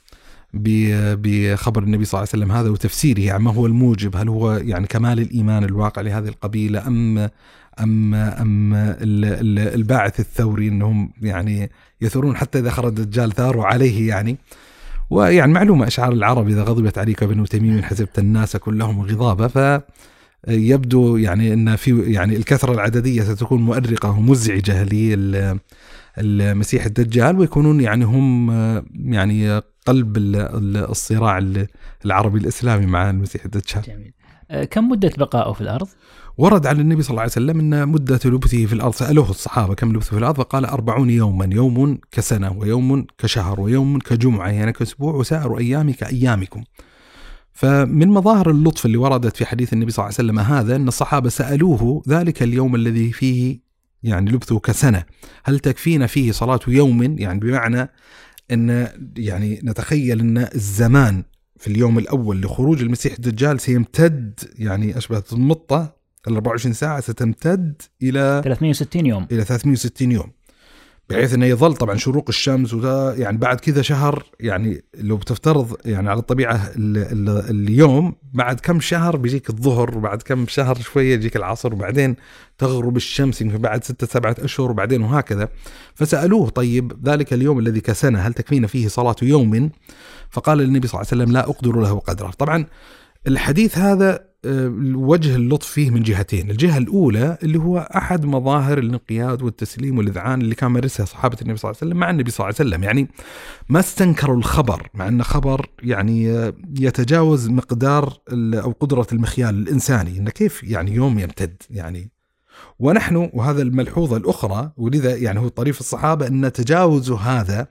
بخبر النبي صلى الله عليه وسلم هذا وتفسيره، يعني ما هو الموجب، هل هو يعني كمال الإيمان الواقع لهذه القبيلة أم الباعث الثوري أنهم يعني يثورون حتى إذا خرج الدجال ثاروا عليه يعني. ويعني معلومة أشعار العرب إذا غضبت عليك بنو تميم حسبت الناس كلهم غضابة، فيبدو يعني أن في يعني الكثرة العددية ستكون مؤرقة ومزعجة للمسيح الدجال، ويكونون يعني هم يعني قلب الصراع العربي الإسلامي مع المسيح الدجال. جميل. كم مدة بقائه في الأرض؟ ورد عن النبي صلى الله عليه وسلم أن مدة لبثه في الأرض، سألوه الصحابة كم لبثه في الأرض، فقال 40 يوما، يوم كسنة ويوم كشهر ويوم كجمعة يعني كأسبوع، وسائر أيام كأيامكم. فمن مظاهر اللطف اللي وردت في حديث النبي صلى الله عليه وسلم هذا أن الصحابة سألوه ذلك اليوم الذي فيه يعني لبثه كسنة هل تكفينا فيه صلاة يوم، يعني بمعنى أن يعني نتخيل أن الزمان في اليوم الأول لخروج المسيح الدجال سيمتد يعني أشبه المطة 24 ساعة ستمتد إلى 360 يوم، إلى 360 يوم، بحيث أنه يظل طبعا شروق الشمس وده يعني بعد كذا شهر، يعني لو بتفترض يعني على الطبيعة اليوم بعد كم شهر بيجيك الظهر، وبعد كم شهر شوية يجيك العصر، وبعدين تغرب الشمس يمكن بعد 6-7 أشهر، وبعدين وهكذا. فسألوه طيب ذلك اليوم الذي كسنة هل تكفينا فيه صلاة يوم؟ فقال النبي صلى الله عليه وسلم لا أقدر له قدره. طبعا الحديث هذا وجه اللطف فيه من جهتين. الجهة الأولى اللي هو أحد مظاهر الانقياد والتسليم والإذعان اللي كان مارسها صحابة النبي صلى الله عليه وسلم مع النبي صلى الله عليه وسلم، يعني ما استنكروا الخبر مع أن خبر يعني يتجاوز مقدار أو قدرة المخيال الإنساني، إن كيف يعني يوم يمتد يعني. ونحن وهذا الملحوظة الأخرى، ولذا يعني هو طريف الصحابة أن تجاوزوا هذا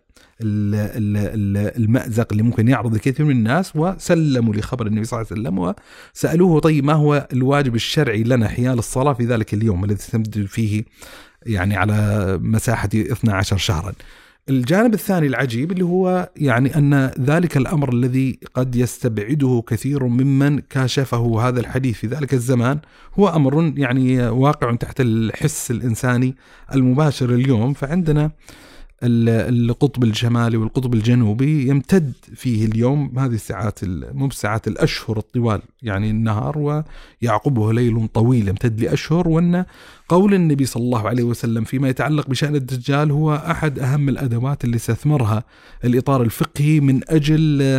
المأزق اللي ممكن يعرض كثير من الناس، وسلموا لخبر النبي صلى الله عليه وسلم وسألوه طيب ما هو الواجب الشرعي لنا حيال الصلاة في ذلك اليوم الذي تمتد فيه يعني على مساحة 12 شهرا. الجانب الثاني العجيب اللي هو يعني أن ذلك الأمر الذي قد يستبعده كثير ممن كاشفه هذا الحديث في ذلك الزمان هو أمر يعني واقع تحت الحس الإنساني المباشر اليوم. فعندنا القطب الشمالي والقطب الجنوبي يمتد فيه اليوم هذه الساعات مو ساعات الأشهر الطوال، يعني النهار ويعقبه ليل طويل يمتد لأشهر. وأن قول النبي صلى الله عليه وسلم فيما يتعلق بشأن الدجال هو أحد أهم الأدوات اللي سيثمرها الإطار الفقهي من أجل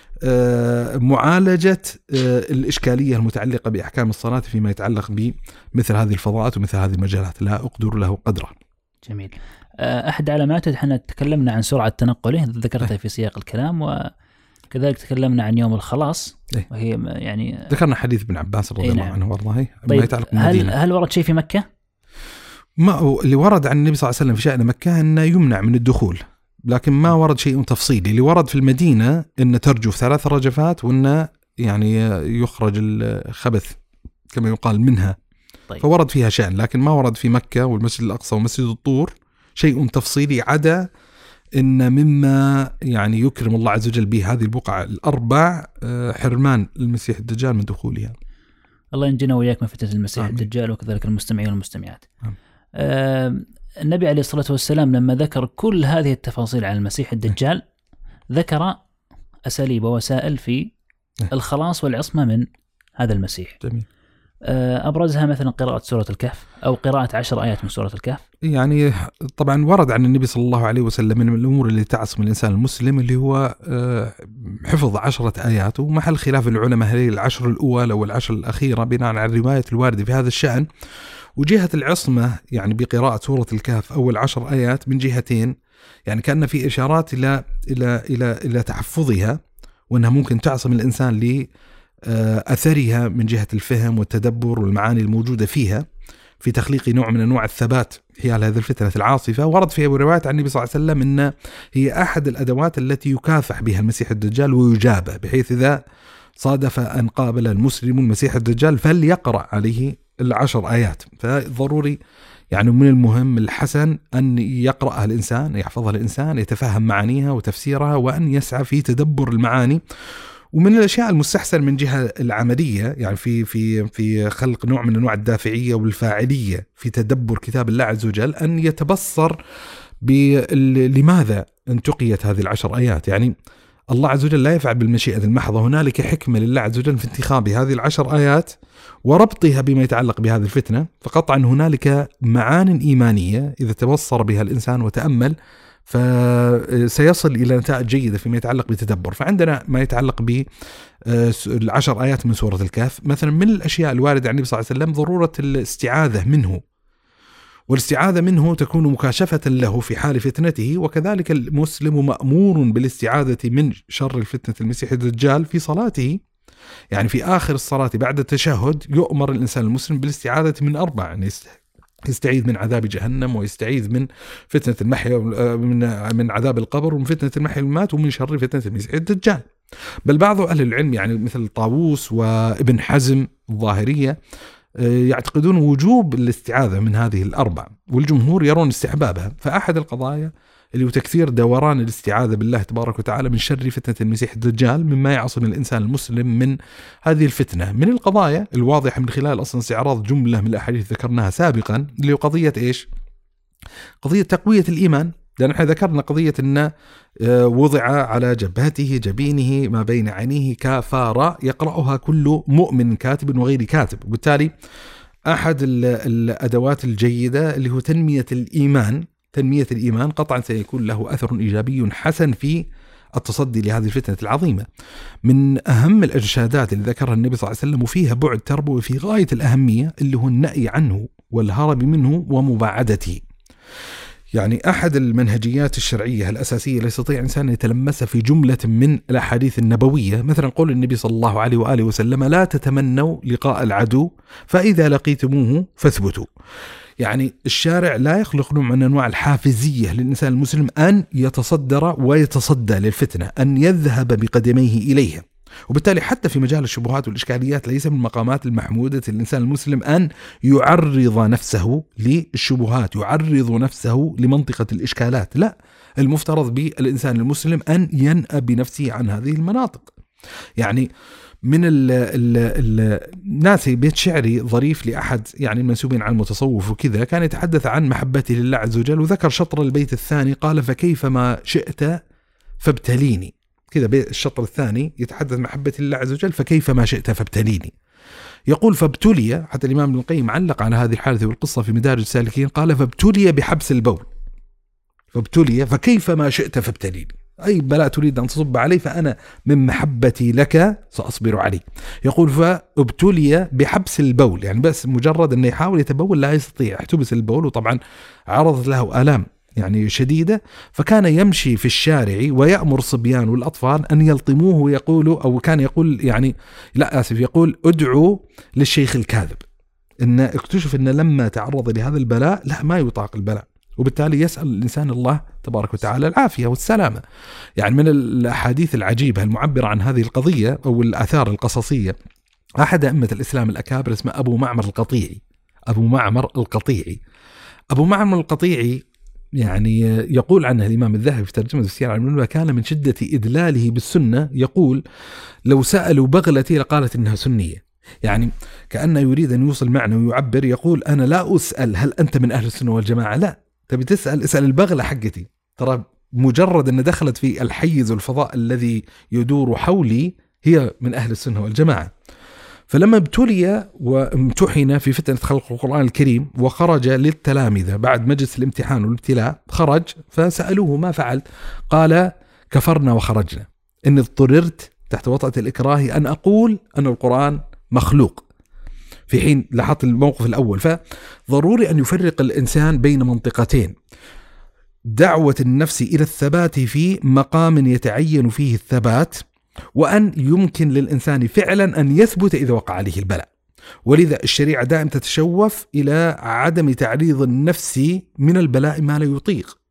معالجة الإشكالية المتعلقة بأحكام الصلاة فيما يتعلق بمثل هذه الفضاءات ومثل هذه المجالات. لا أقدر له قدره. جميل. أحد علاماته احنا تكلمنا عن سرعة تنقله ذكرتها في سياق الكلام، وكذلك تكلمنا عن يوم الخلاص وهي يعني ذكرنا حديث ابن عباس رضي الله عنه وارضاه. طيب هل ورد شيء في مكة؟ ما اللي ورد عن النبي صلى الله عليه وسلم في شأن مكة أنه يمنع من الدخول، لكن ما ورد شيء تفصيلي. اللي ورد في المدينة أن ترجف 3 رجفات وأن يعني يخرج الخبث كما يقال منها. طيب. فورد فيها شأن، لكن ما ورد في مكة والمسجد الأقصى ومسجد الطور شيء تفصيلي، عدا إن مما يعني يكرم الله عز وجل به هذه البقعة الأربع حرمان المسيح الدجال من دخولها. الله ينجينا وإياك من فتنة المسيح الدجال وكذلك المستمعين والمستمعات. النبي عليه الصلاة والسلام لما ذكر كل هذه التفاصيل عن المسيح الدجال ذكر أساليب ووسائل في الخلاص والعصمة من هذا المسيح. جميل. أبرزها مثلا قراءة سورة الكهف أو قراءة 10 آيات من سورة الكهف. يعني طبعا ورد عن النبي صلى الله عليه وسلم من الأمور اللي تعصم الإنسان المسلم اللي هو حفظ 10 آيات، ومحل خلاف العلماء هل 10 الأولى أو 10 الأخيرة بناء على الرواية الواردة في هذا الشأن. وجهة العصمة يعني بقراءة سورة الكهف أول 10 آيات من جهتين، يعني كان في إشارات إلى تحفظها وأنها ممكن تعصم الإنسان أثرها من جهة الفهم والتدبر والمعاني الموجودة فيها في تخليق نوع من أنواع الثبات حيال هذه الفتنة العاصفة. ورد فيها روايات عن النبي صلى الله عليه وسلم أن هي أحد الأدوات التي يكافح بها المسيح الدجال ويجابه، بحيث إذا صادف أن قابل المسلم المسيح الدجال فليقرأ عليه 10 آيات. فضروري يعني من المهم الحسن أن يقرأها الإنسان، يحفظها الإنسان، يتفهم معانيها وتفسيرها، وأن يسعى في تدبر المعاني. ومن الأشياء المستحسن من جهة العملية يعني في خلق نوع من أنواع الدافعية والفاعلية في تدبر كتاب الله عز وجل أن يتبصر لماذا انتقيت هذه 10 آيات. يعني الله عز وجل لا يفعل بالمشيئة المحضة، هنالك حكمة لله عز وجل في انتخاب هذه 10 آيات وربطها بما يتعلق بهذه الفتنة. فقطعا هنالك معان إيمانية إذا تبصر بها الإنسان وتأمل فسيصل إلى نتائج جيدة فيما يتعلق بتدبر. فعندنا ما يتعلق ب10 آيات من سورة الكهف مثلا. من الأشياء الواردة عن النبي صلى الله عليه وسلم ضرورة الاستعاذة منه، والاستعاذة منه تكون مكاشفة له في حال فتنته، وكذلك المسلم مأمور بالاستعاذة من شر الفتنة المسيح الدجال في صلاته. يعني في آخر الصلاة بعد التشهد يؤمر الإنسان المسلم بالاستعاذة من 4، يعني يستعيذ من عذاب جهنم، ويستعيذ من فتنة المحيا، من عذاب القبر، ومن فتنة المحيا والممات، ومن شر فتنة المسيح الدجال. بل بعض أهل العلم يعني مثل طاووس وابن حزم الظاهرية يعتقدون وجوب الاستعاذة من هذه ال4، والجمهور يرون استحبابها. فأحد القضايا اللي هو تكثير دوران الاستعاذة بالله تبارك وتعالى من شر فتنة المسيح الدجال مما يعصم الإنسان المسلم من هذه الفتنة. من القضايا الواضحة من خلال أصلا استعراض جملة من الأحاديث ذكرناها سابقا اللي هو قضية إيش؟ قضية تقوية الإيمان. لأن احنا ذكرنا قضية أن وضع على جبهته جبينه ما بين عينيه كافارة يقرأها كل مؤمن كاتب وغير كاتب. وبالتالي أحد الأدوات الجيدة اللي هو تنمية الإيمان قطعا سيكون له أثر إيجابي حسن في التصدي لهذه الفتنة العظيمة. من أهم الإرشادات اللي ذكرها النبي صلى الله عليه وسلم وفيها بعد تربوي في غاية الأهمية اللي هو النأي عنه والهرب منه ومباعدته. يعني أحد المنهجيات الشرعية الأساسية اللي يستطيع إنسان أن يتلمسها في جملة من الأحاديث النبوية، مثلا قول النبي صلى الله عليه وآله وسلم: لا تتمنوا لقاء العدو فإذا لقيتموه فاثبتوا. يعني الشارع لا يخلق نوع من أنواع الحافزية للإنسان المسلم أن يتصدر ويتصدى للفتنة، أن يذهب بقدميه إليها. وبالتالي حتى في مجال الشبهات والإشكاليات ليس من المقامات المحمودة للإنسان المسلم أن يعرض نفسه للشبهات، يعرض نفسه لمنطقة الإشكالات. لا، المفترض بالإنسان المسلم أن ينأى بنفسه عن هذه المناطق. يعني من الناس بيت شعري ظريف لأحد يعني المنسوبين عن المتصوف وكذا، كان يتحدث عن محبته لله عز وجل، وذكر شطر البيت الثاني قال: فكيف ما شئت فابتليني. كذا الشطر الثاني يتحدث محبة الله عز وجل: فكيف ما شئت فابتليني. يقول فابتلي، حتى الإمام ابن القيم علق على هذه الحادثة والقصة في مدارج السالكين، قال: فابتلي بحبس البول، فابتلي فكيف ما شئت فابتليني، أي بلاء تريد أن تصب علي فأنا من محبتي لك سأصبر عليه. يقول فابتلي بحبس البول، يعني بس مجرد أنه يحاول يتبول لا يستطيع، احتبس البول، وطبعا عرضت له آلام يعني شديدة، فكان يمشي في الشارع ويأمر الصبيان والأطفال أن يلطموه ويقولوا، أو كان يقول يعني لا آسف، يقول: ادعوا للشيخ الكاذب. إن اكتشف أن لما تعرض لهذا البلاء لا ما يطاق البلاء، وبالتالي يسأل الإنسان الله تبارك وتعالى العافية والسلامة. يعني من الأحاديث العجيبة المعبرة عن هذه القضية أو الآثار القصصية، أحد أئمة الإسلام الأكابر اسمه أبو معمر القطيعي. أبو معمر القطيعي يعني يقول عنه الإمام الذهبي في ترجمة السير على المنبه: كان من شدة إدلاله بالسنة يقول: لو سألوا بغلتي لقالت إنها سنية. يعني كأنه يريد أن يوصل معنى ويعبر، يقول: أنا لا أسأل هل أنت من أهل السنة والجماعة، لا، تبي اسأل البغلة حقتي، ترى مجرد أن دخلت في الحيز والفضاء الذي يدور حولي هي من أهل السنة والجماعة. فلما ابتلي وامتحن في فتنة خلق القرآن الكريم وخرج للتلامذة بعد مجلس الامتحان والابتلاء، خرج فسألوه: ما فعل؟ قال: كفرنا وخرجنا، إن اضطررت تحت وطأة الإكراه أن أقول أن القرآن مخلوق، في حين لاحظت الموقف الأول. فضروري أن يفرق الإنسان بين منطقتين: دعوة النفس إلى الثبات في مقام يتعين فيه الثبات، وأن يمكن للإنسان فعلا أن يثبت إذا وقع عليه البلاء. ولذا الشريعة دائما تتشوف إلى عدم تعريض النفس من البلاء ما لا يطيق.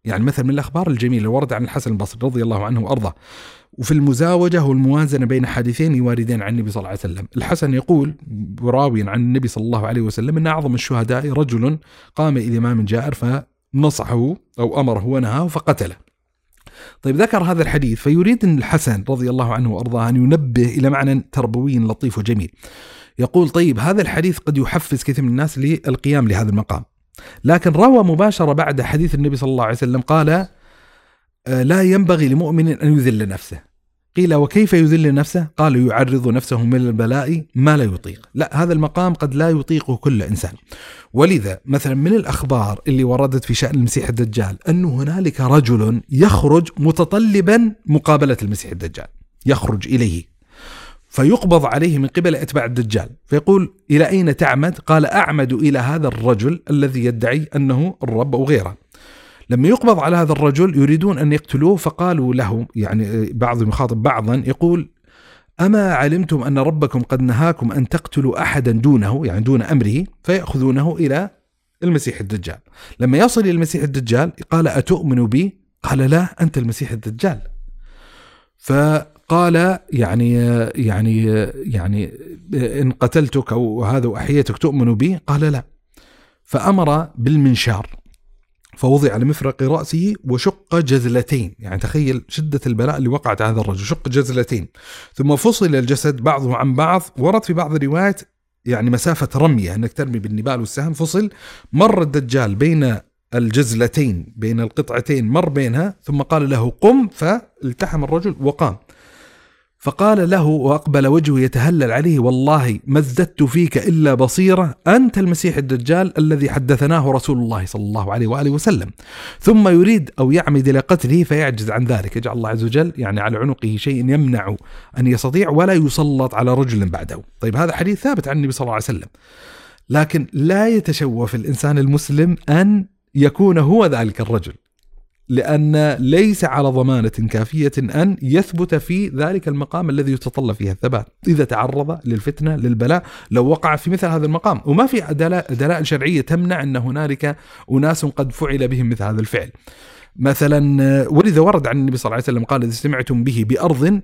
يعني مثلا من الأخبار الجميلة ورد عن الحسن البصري رضي الله عنه وأرضاه، وفي المزاوجة والموازنة بين حديثين يواردين عن النبي صلى الله عليه وسلم. الحسن يقول راويا عن النبي صلى الله عليه وسلم إن أعظم الشهداء رجل قام إلى إمام جائر فنصحه أو أمره ونهاه فقتله. طيب ذكر هذا الحديث، فيريد أن الحسن رضي الله عنه وأرضاه أن ينبه إلى معنى تربوي لطيف وجميل. يقول طيب هذا الحديث قد يحفز كثير من الناس للقيام لهذا المقام، لكن روى مباشرة بعد حديث النبي صلى الله عليه وسلم قال لا ينبغي لمؤمن أن يذل نفسه. قيل وكيف يذل نفسه؟ قال يعرض نفسه من البلاء ما لا يطيق. لا، هذا المقام قد لا يطيقه كل إنسان. ولذا مثلا من الأخبار اللي وردت في شأن المسيح الدجال أن هنالك رجل يخرج متطلبا مقابلة المسيح الدجال، يخرج إليه فيقبض عليه من قبل أتباع الدجال، فيقول إلى أين تعمد؟ قال أعمد إلى هذا الرجل الذي يدعي أنه الرب أو غيره. لما يقبض على هذا الرجل يريدون أن يقتلوه، فقالوا له يعني بعضهم يخاطب بعضا يقول أما علمتم أن ربكم قد نهاكم أن تقتلوا أحدا دونه، يعني دون أمره، فيأخذونه إلى المسيح الدجال. لما يصل إلى المسيح الدجال قال أتؤمن بي؟ قال لا أنت المسيح الدجال. فقال يعني إن قتلتك أو هذا أحييتك تؤمن بي؟ قال لا. فأمر بالمنشار فوضع على مفرق رأسه وشق جزلتين، يعني تخيل شدة البلاء اللي وقعت على هذا الرجل، شق جزلتين ثم فصل الجسد بعضه عن بعض. ورد في بعض الروايات يعني مسافة رمية أنك ترمي بالنبال والسهم، فصل، مر الدجال بين الجزلتين بين القطعتين، مر بينها ثم قال له قم، فالتحم الرجل وقام. فقال له وأقبل وجهه يتهلل عليه والله ما ازددت فيك إلا بصيرة، أنت المسيح الدجال الذي حدثناه رسول الله صلى الله عليه وآله وسلم. ثم يريد أو يعمد إلى قتله فيعجز عن ذلك، يجعل الله عز وجل يعني على عنقه شيء يمنع أن يستطيع ولا يسلط على رجل بعده. طيب هذا حديث ثابت عن النبي صلى الله عليه وسلم، لكن لا يتشوف الإنسان المسلم أن يكون هو ذلك الرجل، لأن ليس على ضمانة كافية أن يثبت في ذلك المقام الذي يتطلب فيه الثبات إذا تعرض للفتنة للبلاء، لو وقع في مثل هذا المقام. وما في دلائل شرعية تمنع أن هنالك أناس قد فعل بهم مثل هذا الفعل. مثلا ولذا ورد عن النبي صلى الله عليه وسلم قال إذا سمعتم به بأرض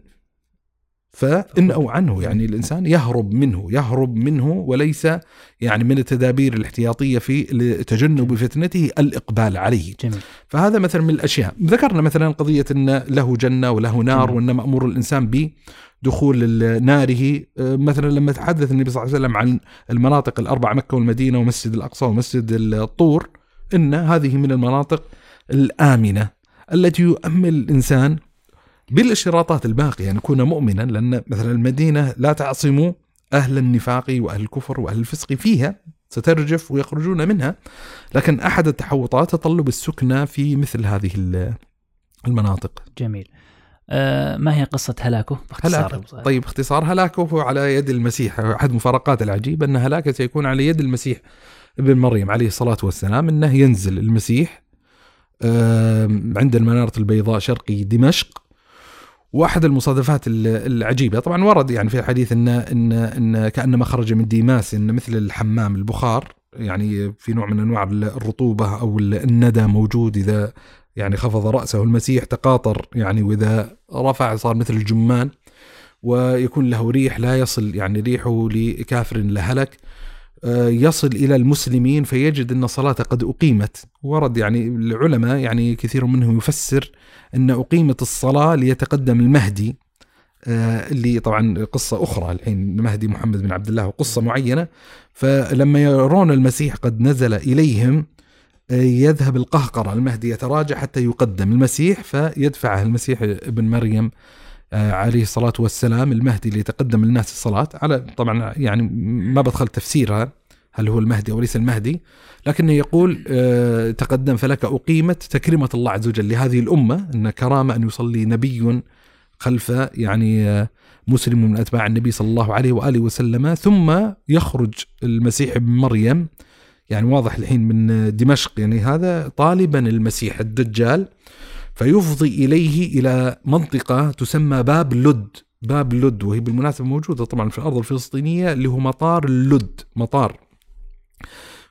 فإنه عنه، يعني الإنسان يهرب منه وليس يعني من التدابير الاحتياطية في تجنب فتنته الإقبال عليه. جميل. فهذا مثلا من الأشياء. ذكرنا مثلا قضية أن له جنة وله نار، وأن مأمور الإنسان بدخول ناره. مثلا لما تحدث النبي صلى الله عليه وسلم عن المناطق الأربع، مكة والمدينة ومسجد الأقصى ومسجد الطور، إن هذه من المناطق الآمنة التي يؤمن الإنسان بالاشتراطات الباقية أن يكون مؤمنا، لأن مثلا المدينة لا تعصم أهل النفاق وأهل الكفر وأهل الفسق فيها، سترجف ويخرجون منها. لكن أحد التحوطات تطلب السكنة في مثل هذه المناطق. جميل. ما هي قصة هلاكه باختصار؟ طيب باختصار هلاكه على يد المسيح. أحد مفارقات العجيب أن هلاكه سيكون على يد المسيح ابن مريم عليه الصلاة والسلام، أنه ينزل المسيح عند المنارة البيضاء شرقي دمشق. واحد المصادفات العجيبة طبعا ورد يعني في الحديث إن كأنما خرج من ديماس، إن مثل الحمام البخار، يعني في نوع من أنواع الرطوبة أو الندى موجود، إذا يعني خفض رأسه المسيح تقاطر يعني، وإذا رفع صار مثل الجمان، ويكون له ريح لا يصل يعني ريحه لكافر لهلك، يصل إلى المسلمين فيجد أن الصلاة قد أقيمت. ورد يعني العلماء يعني كثير منهم يفسر أن أقيمت الصلاة ليتقدم المهدي، اللي طبعا قصة أخرى الحين، المهدي محمد بن عبد الله وقصة معينة. فلما يرون المسيح قد نزل إليهم يذهب القهقرة، المهدي يتراجع حتى يقدم المسيح، فيدفعه المسيح ابن مريم عليه الصلاة والسلام المهدي ليتقدم للناس الصلاة. على طبعا يعني ما بدخل تفسيرها هل هو المهدي أو ليس المهدي، لكنه يقول تقدم فلك أقيمت، تكريمة الله عز وجل لهذه الأمة، أن كرامة أن يصلي نبي خلف يعني مسلم من أتباع النبي صلى الله عليه وآله وسلم. ثم يخرج المسيح ابن مريم، يعني واضح الحين من دمشق، يعني هذا طالبا المسيح الدجال، فيفضي إليه إلى منطقة تسمى باب لد، وهي بالمناسبة موجودة طبعا في الأرض الفلسطينية، اللي هو مطار اللد، مطار.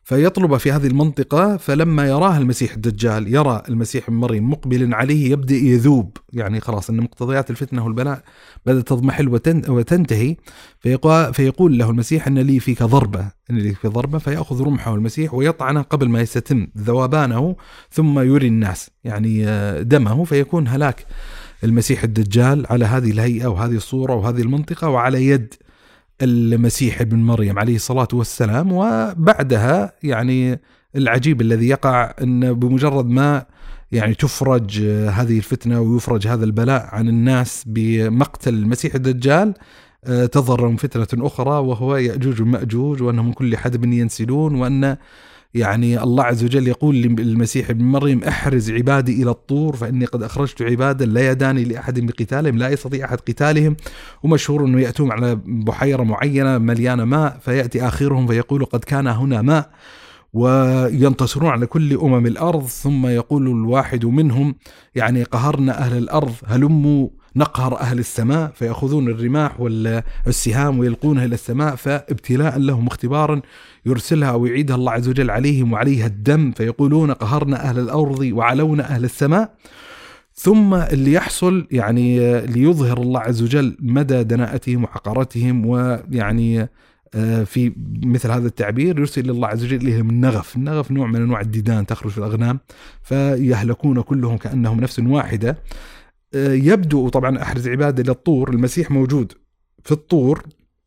فيطلب في هذه المنطقة. فلما يراه المسيح الدجال، يرى المسيح ابن مريم مقبل عليه، يبدأ يذوب، يعني خلاص أن مقتضيات الفتنة والبلاء بدأت تضمحل وتنتهي. فيقول له المسيح أن لي فيك ضربة، فيأخذ رمحه المسيح ويطعنه قبل ما يستتم ذوبانه، ثم يري الناس يعني دمه، فيكون هلاك المسيح الدجال على هذه الهيئة وهذه الصورة وهذه المنطقة وعلى يد المسيح ابن مريم عليه الصلاة والسلام. وبعدها يعني العجيب الذي يقع أن بمجرد ما يعني تفرج هذه الفتنة ويفرج هذا البلاء عن الناس بمقتل المسيح الدجال، تظهر لهم فتنة أخرى وهو يأجوج ومأجوج، وأنهم من كل حدب ينسلون، وأن يعني الله عز وجل يقول للمسيح ابن مريم احرز عبادي إلى الطور فإني قد أخرجت عبادا لا يداني لأحد بقتالهم، لا يستطيع أحد قتالهم. ومشهور أنه يأتون على بحيرة معينة مليانة ماء، فيأتي آخرهم فيقول قد كان هنا ماء، وينتصرون على كل أمم الأرض. ثم يقول الواحد منهم يعني قهرنا أهل الأرض هلموا نقهر أهل السماء، فيأخذون الرماح والسهام ويلقونها إلى السماء، فابتلاء لهم اختبارا يرسلها أو يعيدها الله عز وجل عليهم وعليها الدم، فيقولون قهرنا أهل الأرض وعلونا أهل السماء. ثم اللي يحصل يعني ليظهر الله عز وجل مدى دناءتهم وحقارتهم، ويعني في مثل هذا التعبير يرسل الله عز وجل إليهم النغف نوع من أنواع الديدان تخرج في الأغنام، فيهلكون كلهم كأنهم نفس واحدة. يبدو طبعا أحرز عبادة للطور، المسيح موجود في الطور،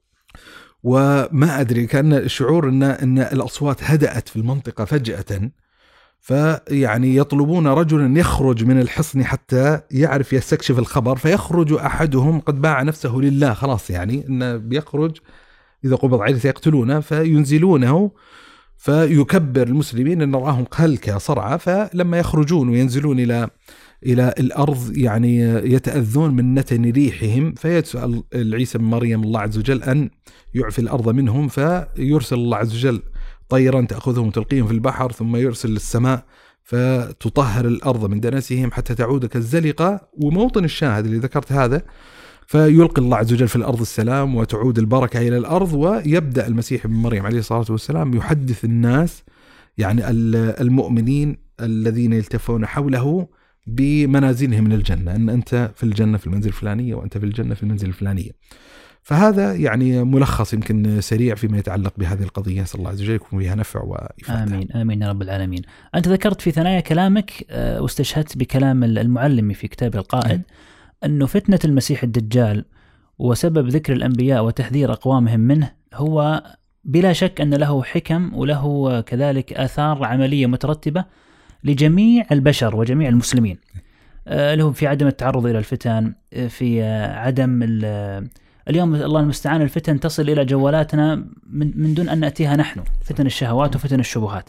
وما أدري كان الشعور أن الأصوات هدأت في المنطقة فجأة، فيعني يطلبون رجلا يخرج من الحصن حتى يعرف يستكشف الخبر، فيخرج أحدهم قد باع نفسه لله، خلاص يعني أنه بيخرج إذا قبض عليه سيقتلونه، فينزلونه فيكبر المسلمين أن رآهم هلكة صرعى. فلما يخرجون وينزلون إلى الأرض يعني يتأذون من نتن ريحهم، فيسأل عيسى بن مريم الله عز وجل أن يعفي الأرض منهم، فيرسل الله عز وجل طيرا تأخذهم وتلقيهم في البحر، ثم يرسل السماء فتطهر الأرض من دنسهم حتى تعود كالزلقة. وموطن الشاهد اللي ذكرت هذا، فيلقي الله عز وجل في الأرض السلام وتعود البركة إلى الأرض، ويبدأ المسيح بن مريم عليه الصلاة والسلام يحدث الناس يعني المؤمنين الذين يلتفون حوله بمنازلهم من الجنة، أن أنت في الجنة في المنزل الفلانية، وأنت في الجنة في المنزل الفلانية. فهذا يعني ملخص يمكن سريع فيما يتعلق بهذه القضية، صلى الله عز وجل يكون فيها نفع وإفادة. آمين آمين يا رب العالمين. أنت ذكرت في ثنايا كلامك واستشهدت بكلام المعلم في كتاب القائد أنه فتنة المسيح الدجال وسبب ذكر الأنبياء وتحذير أقوامهم منه هو بلا شك أن له حكم وله كذلك آثار عملية مترتبة لجميع البشر وجميع المسلمين، لهم في عدم التعرض إلى الفتن، في عدم اليوم الله المستعان الفتن تصل إلى جوالاتنا من دون أن نأتيها نحن، فتن الشهوات وفتن الشبهات.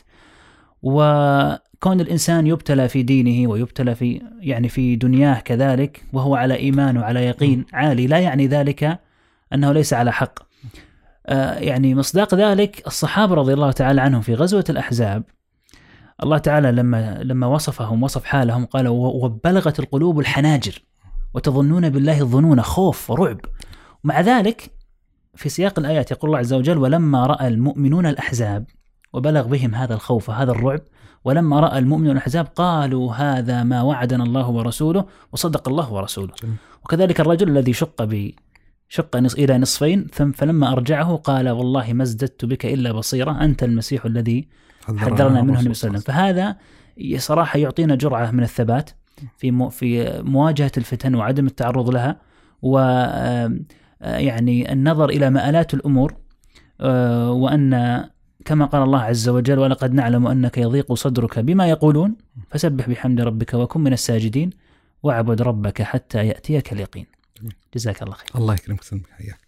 وكون الإنسان يبتلى في دينه ويبتلى في دنياه كذلك وهو على إيمان وعلى يقين عالي، لا يعني ذلك أنه ليس على حق. يعني مصداق ذلك الصحابة رضي الله تعالى عنهم في غزوة الأحزاب، الله تعالى لما وصفهم وصف حالهم قال وبلغت القلوب الحناجر وتظنون بالله الظنون، خوف ورعب. ومع ذلك في سياق الآيات يقول الله عز وجل ولما رأى المؤمنون الأحزاب، وبلغ بهم هذا الخوف وهذا الرعب، ولما رأى المؤمنون الأحزاب قالوا هذا ما وعدنا الله ورسوله وصدق الله ورسوله. وكذلك الرجل الذي شق إلى نصفين فلما أرجعه قال والله ما ازددت بك إلا بصيرة أنت المسيح الذي حذرنا منه النبي صلى الله عليه وسلم. فهذا صراحة يعطينا جرعة من الثبات في مواجهة الفتن وعدم التعرض لها، ويعني النظر إلى مآلات الأمور، وأن كما قال الله عز وجل ولقد نعلم أنك يضيق صدرك بما يقولون فسبح بحمد ربك وكن من الساجدين واعبد ربك حتى يأتيك اليقين. جزاك الله خير. الله يكرمك، سلمك، حياك.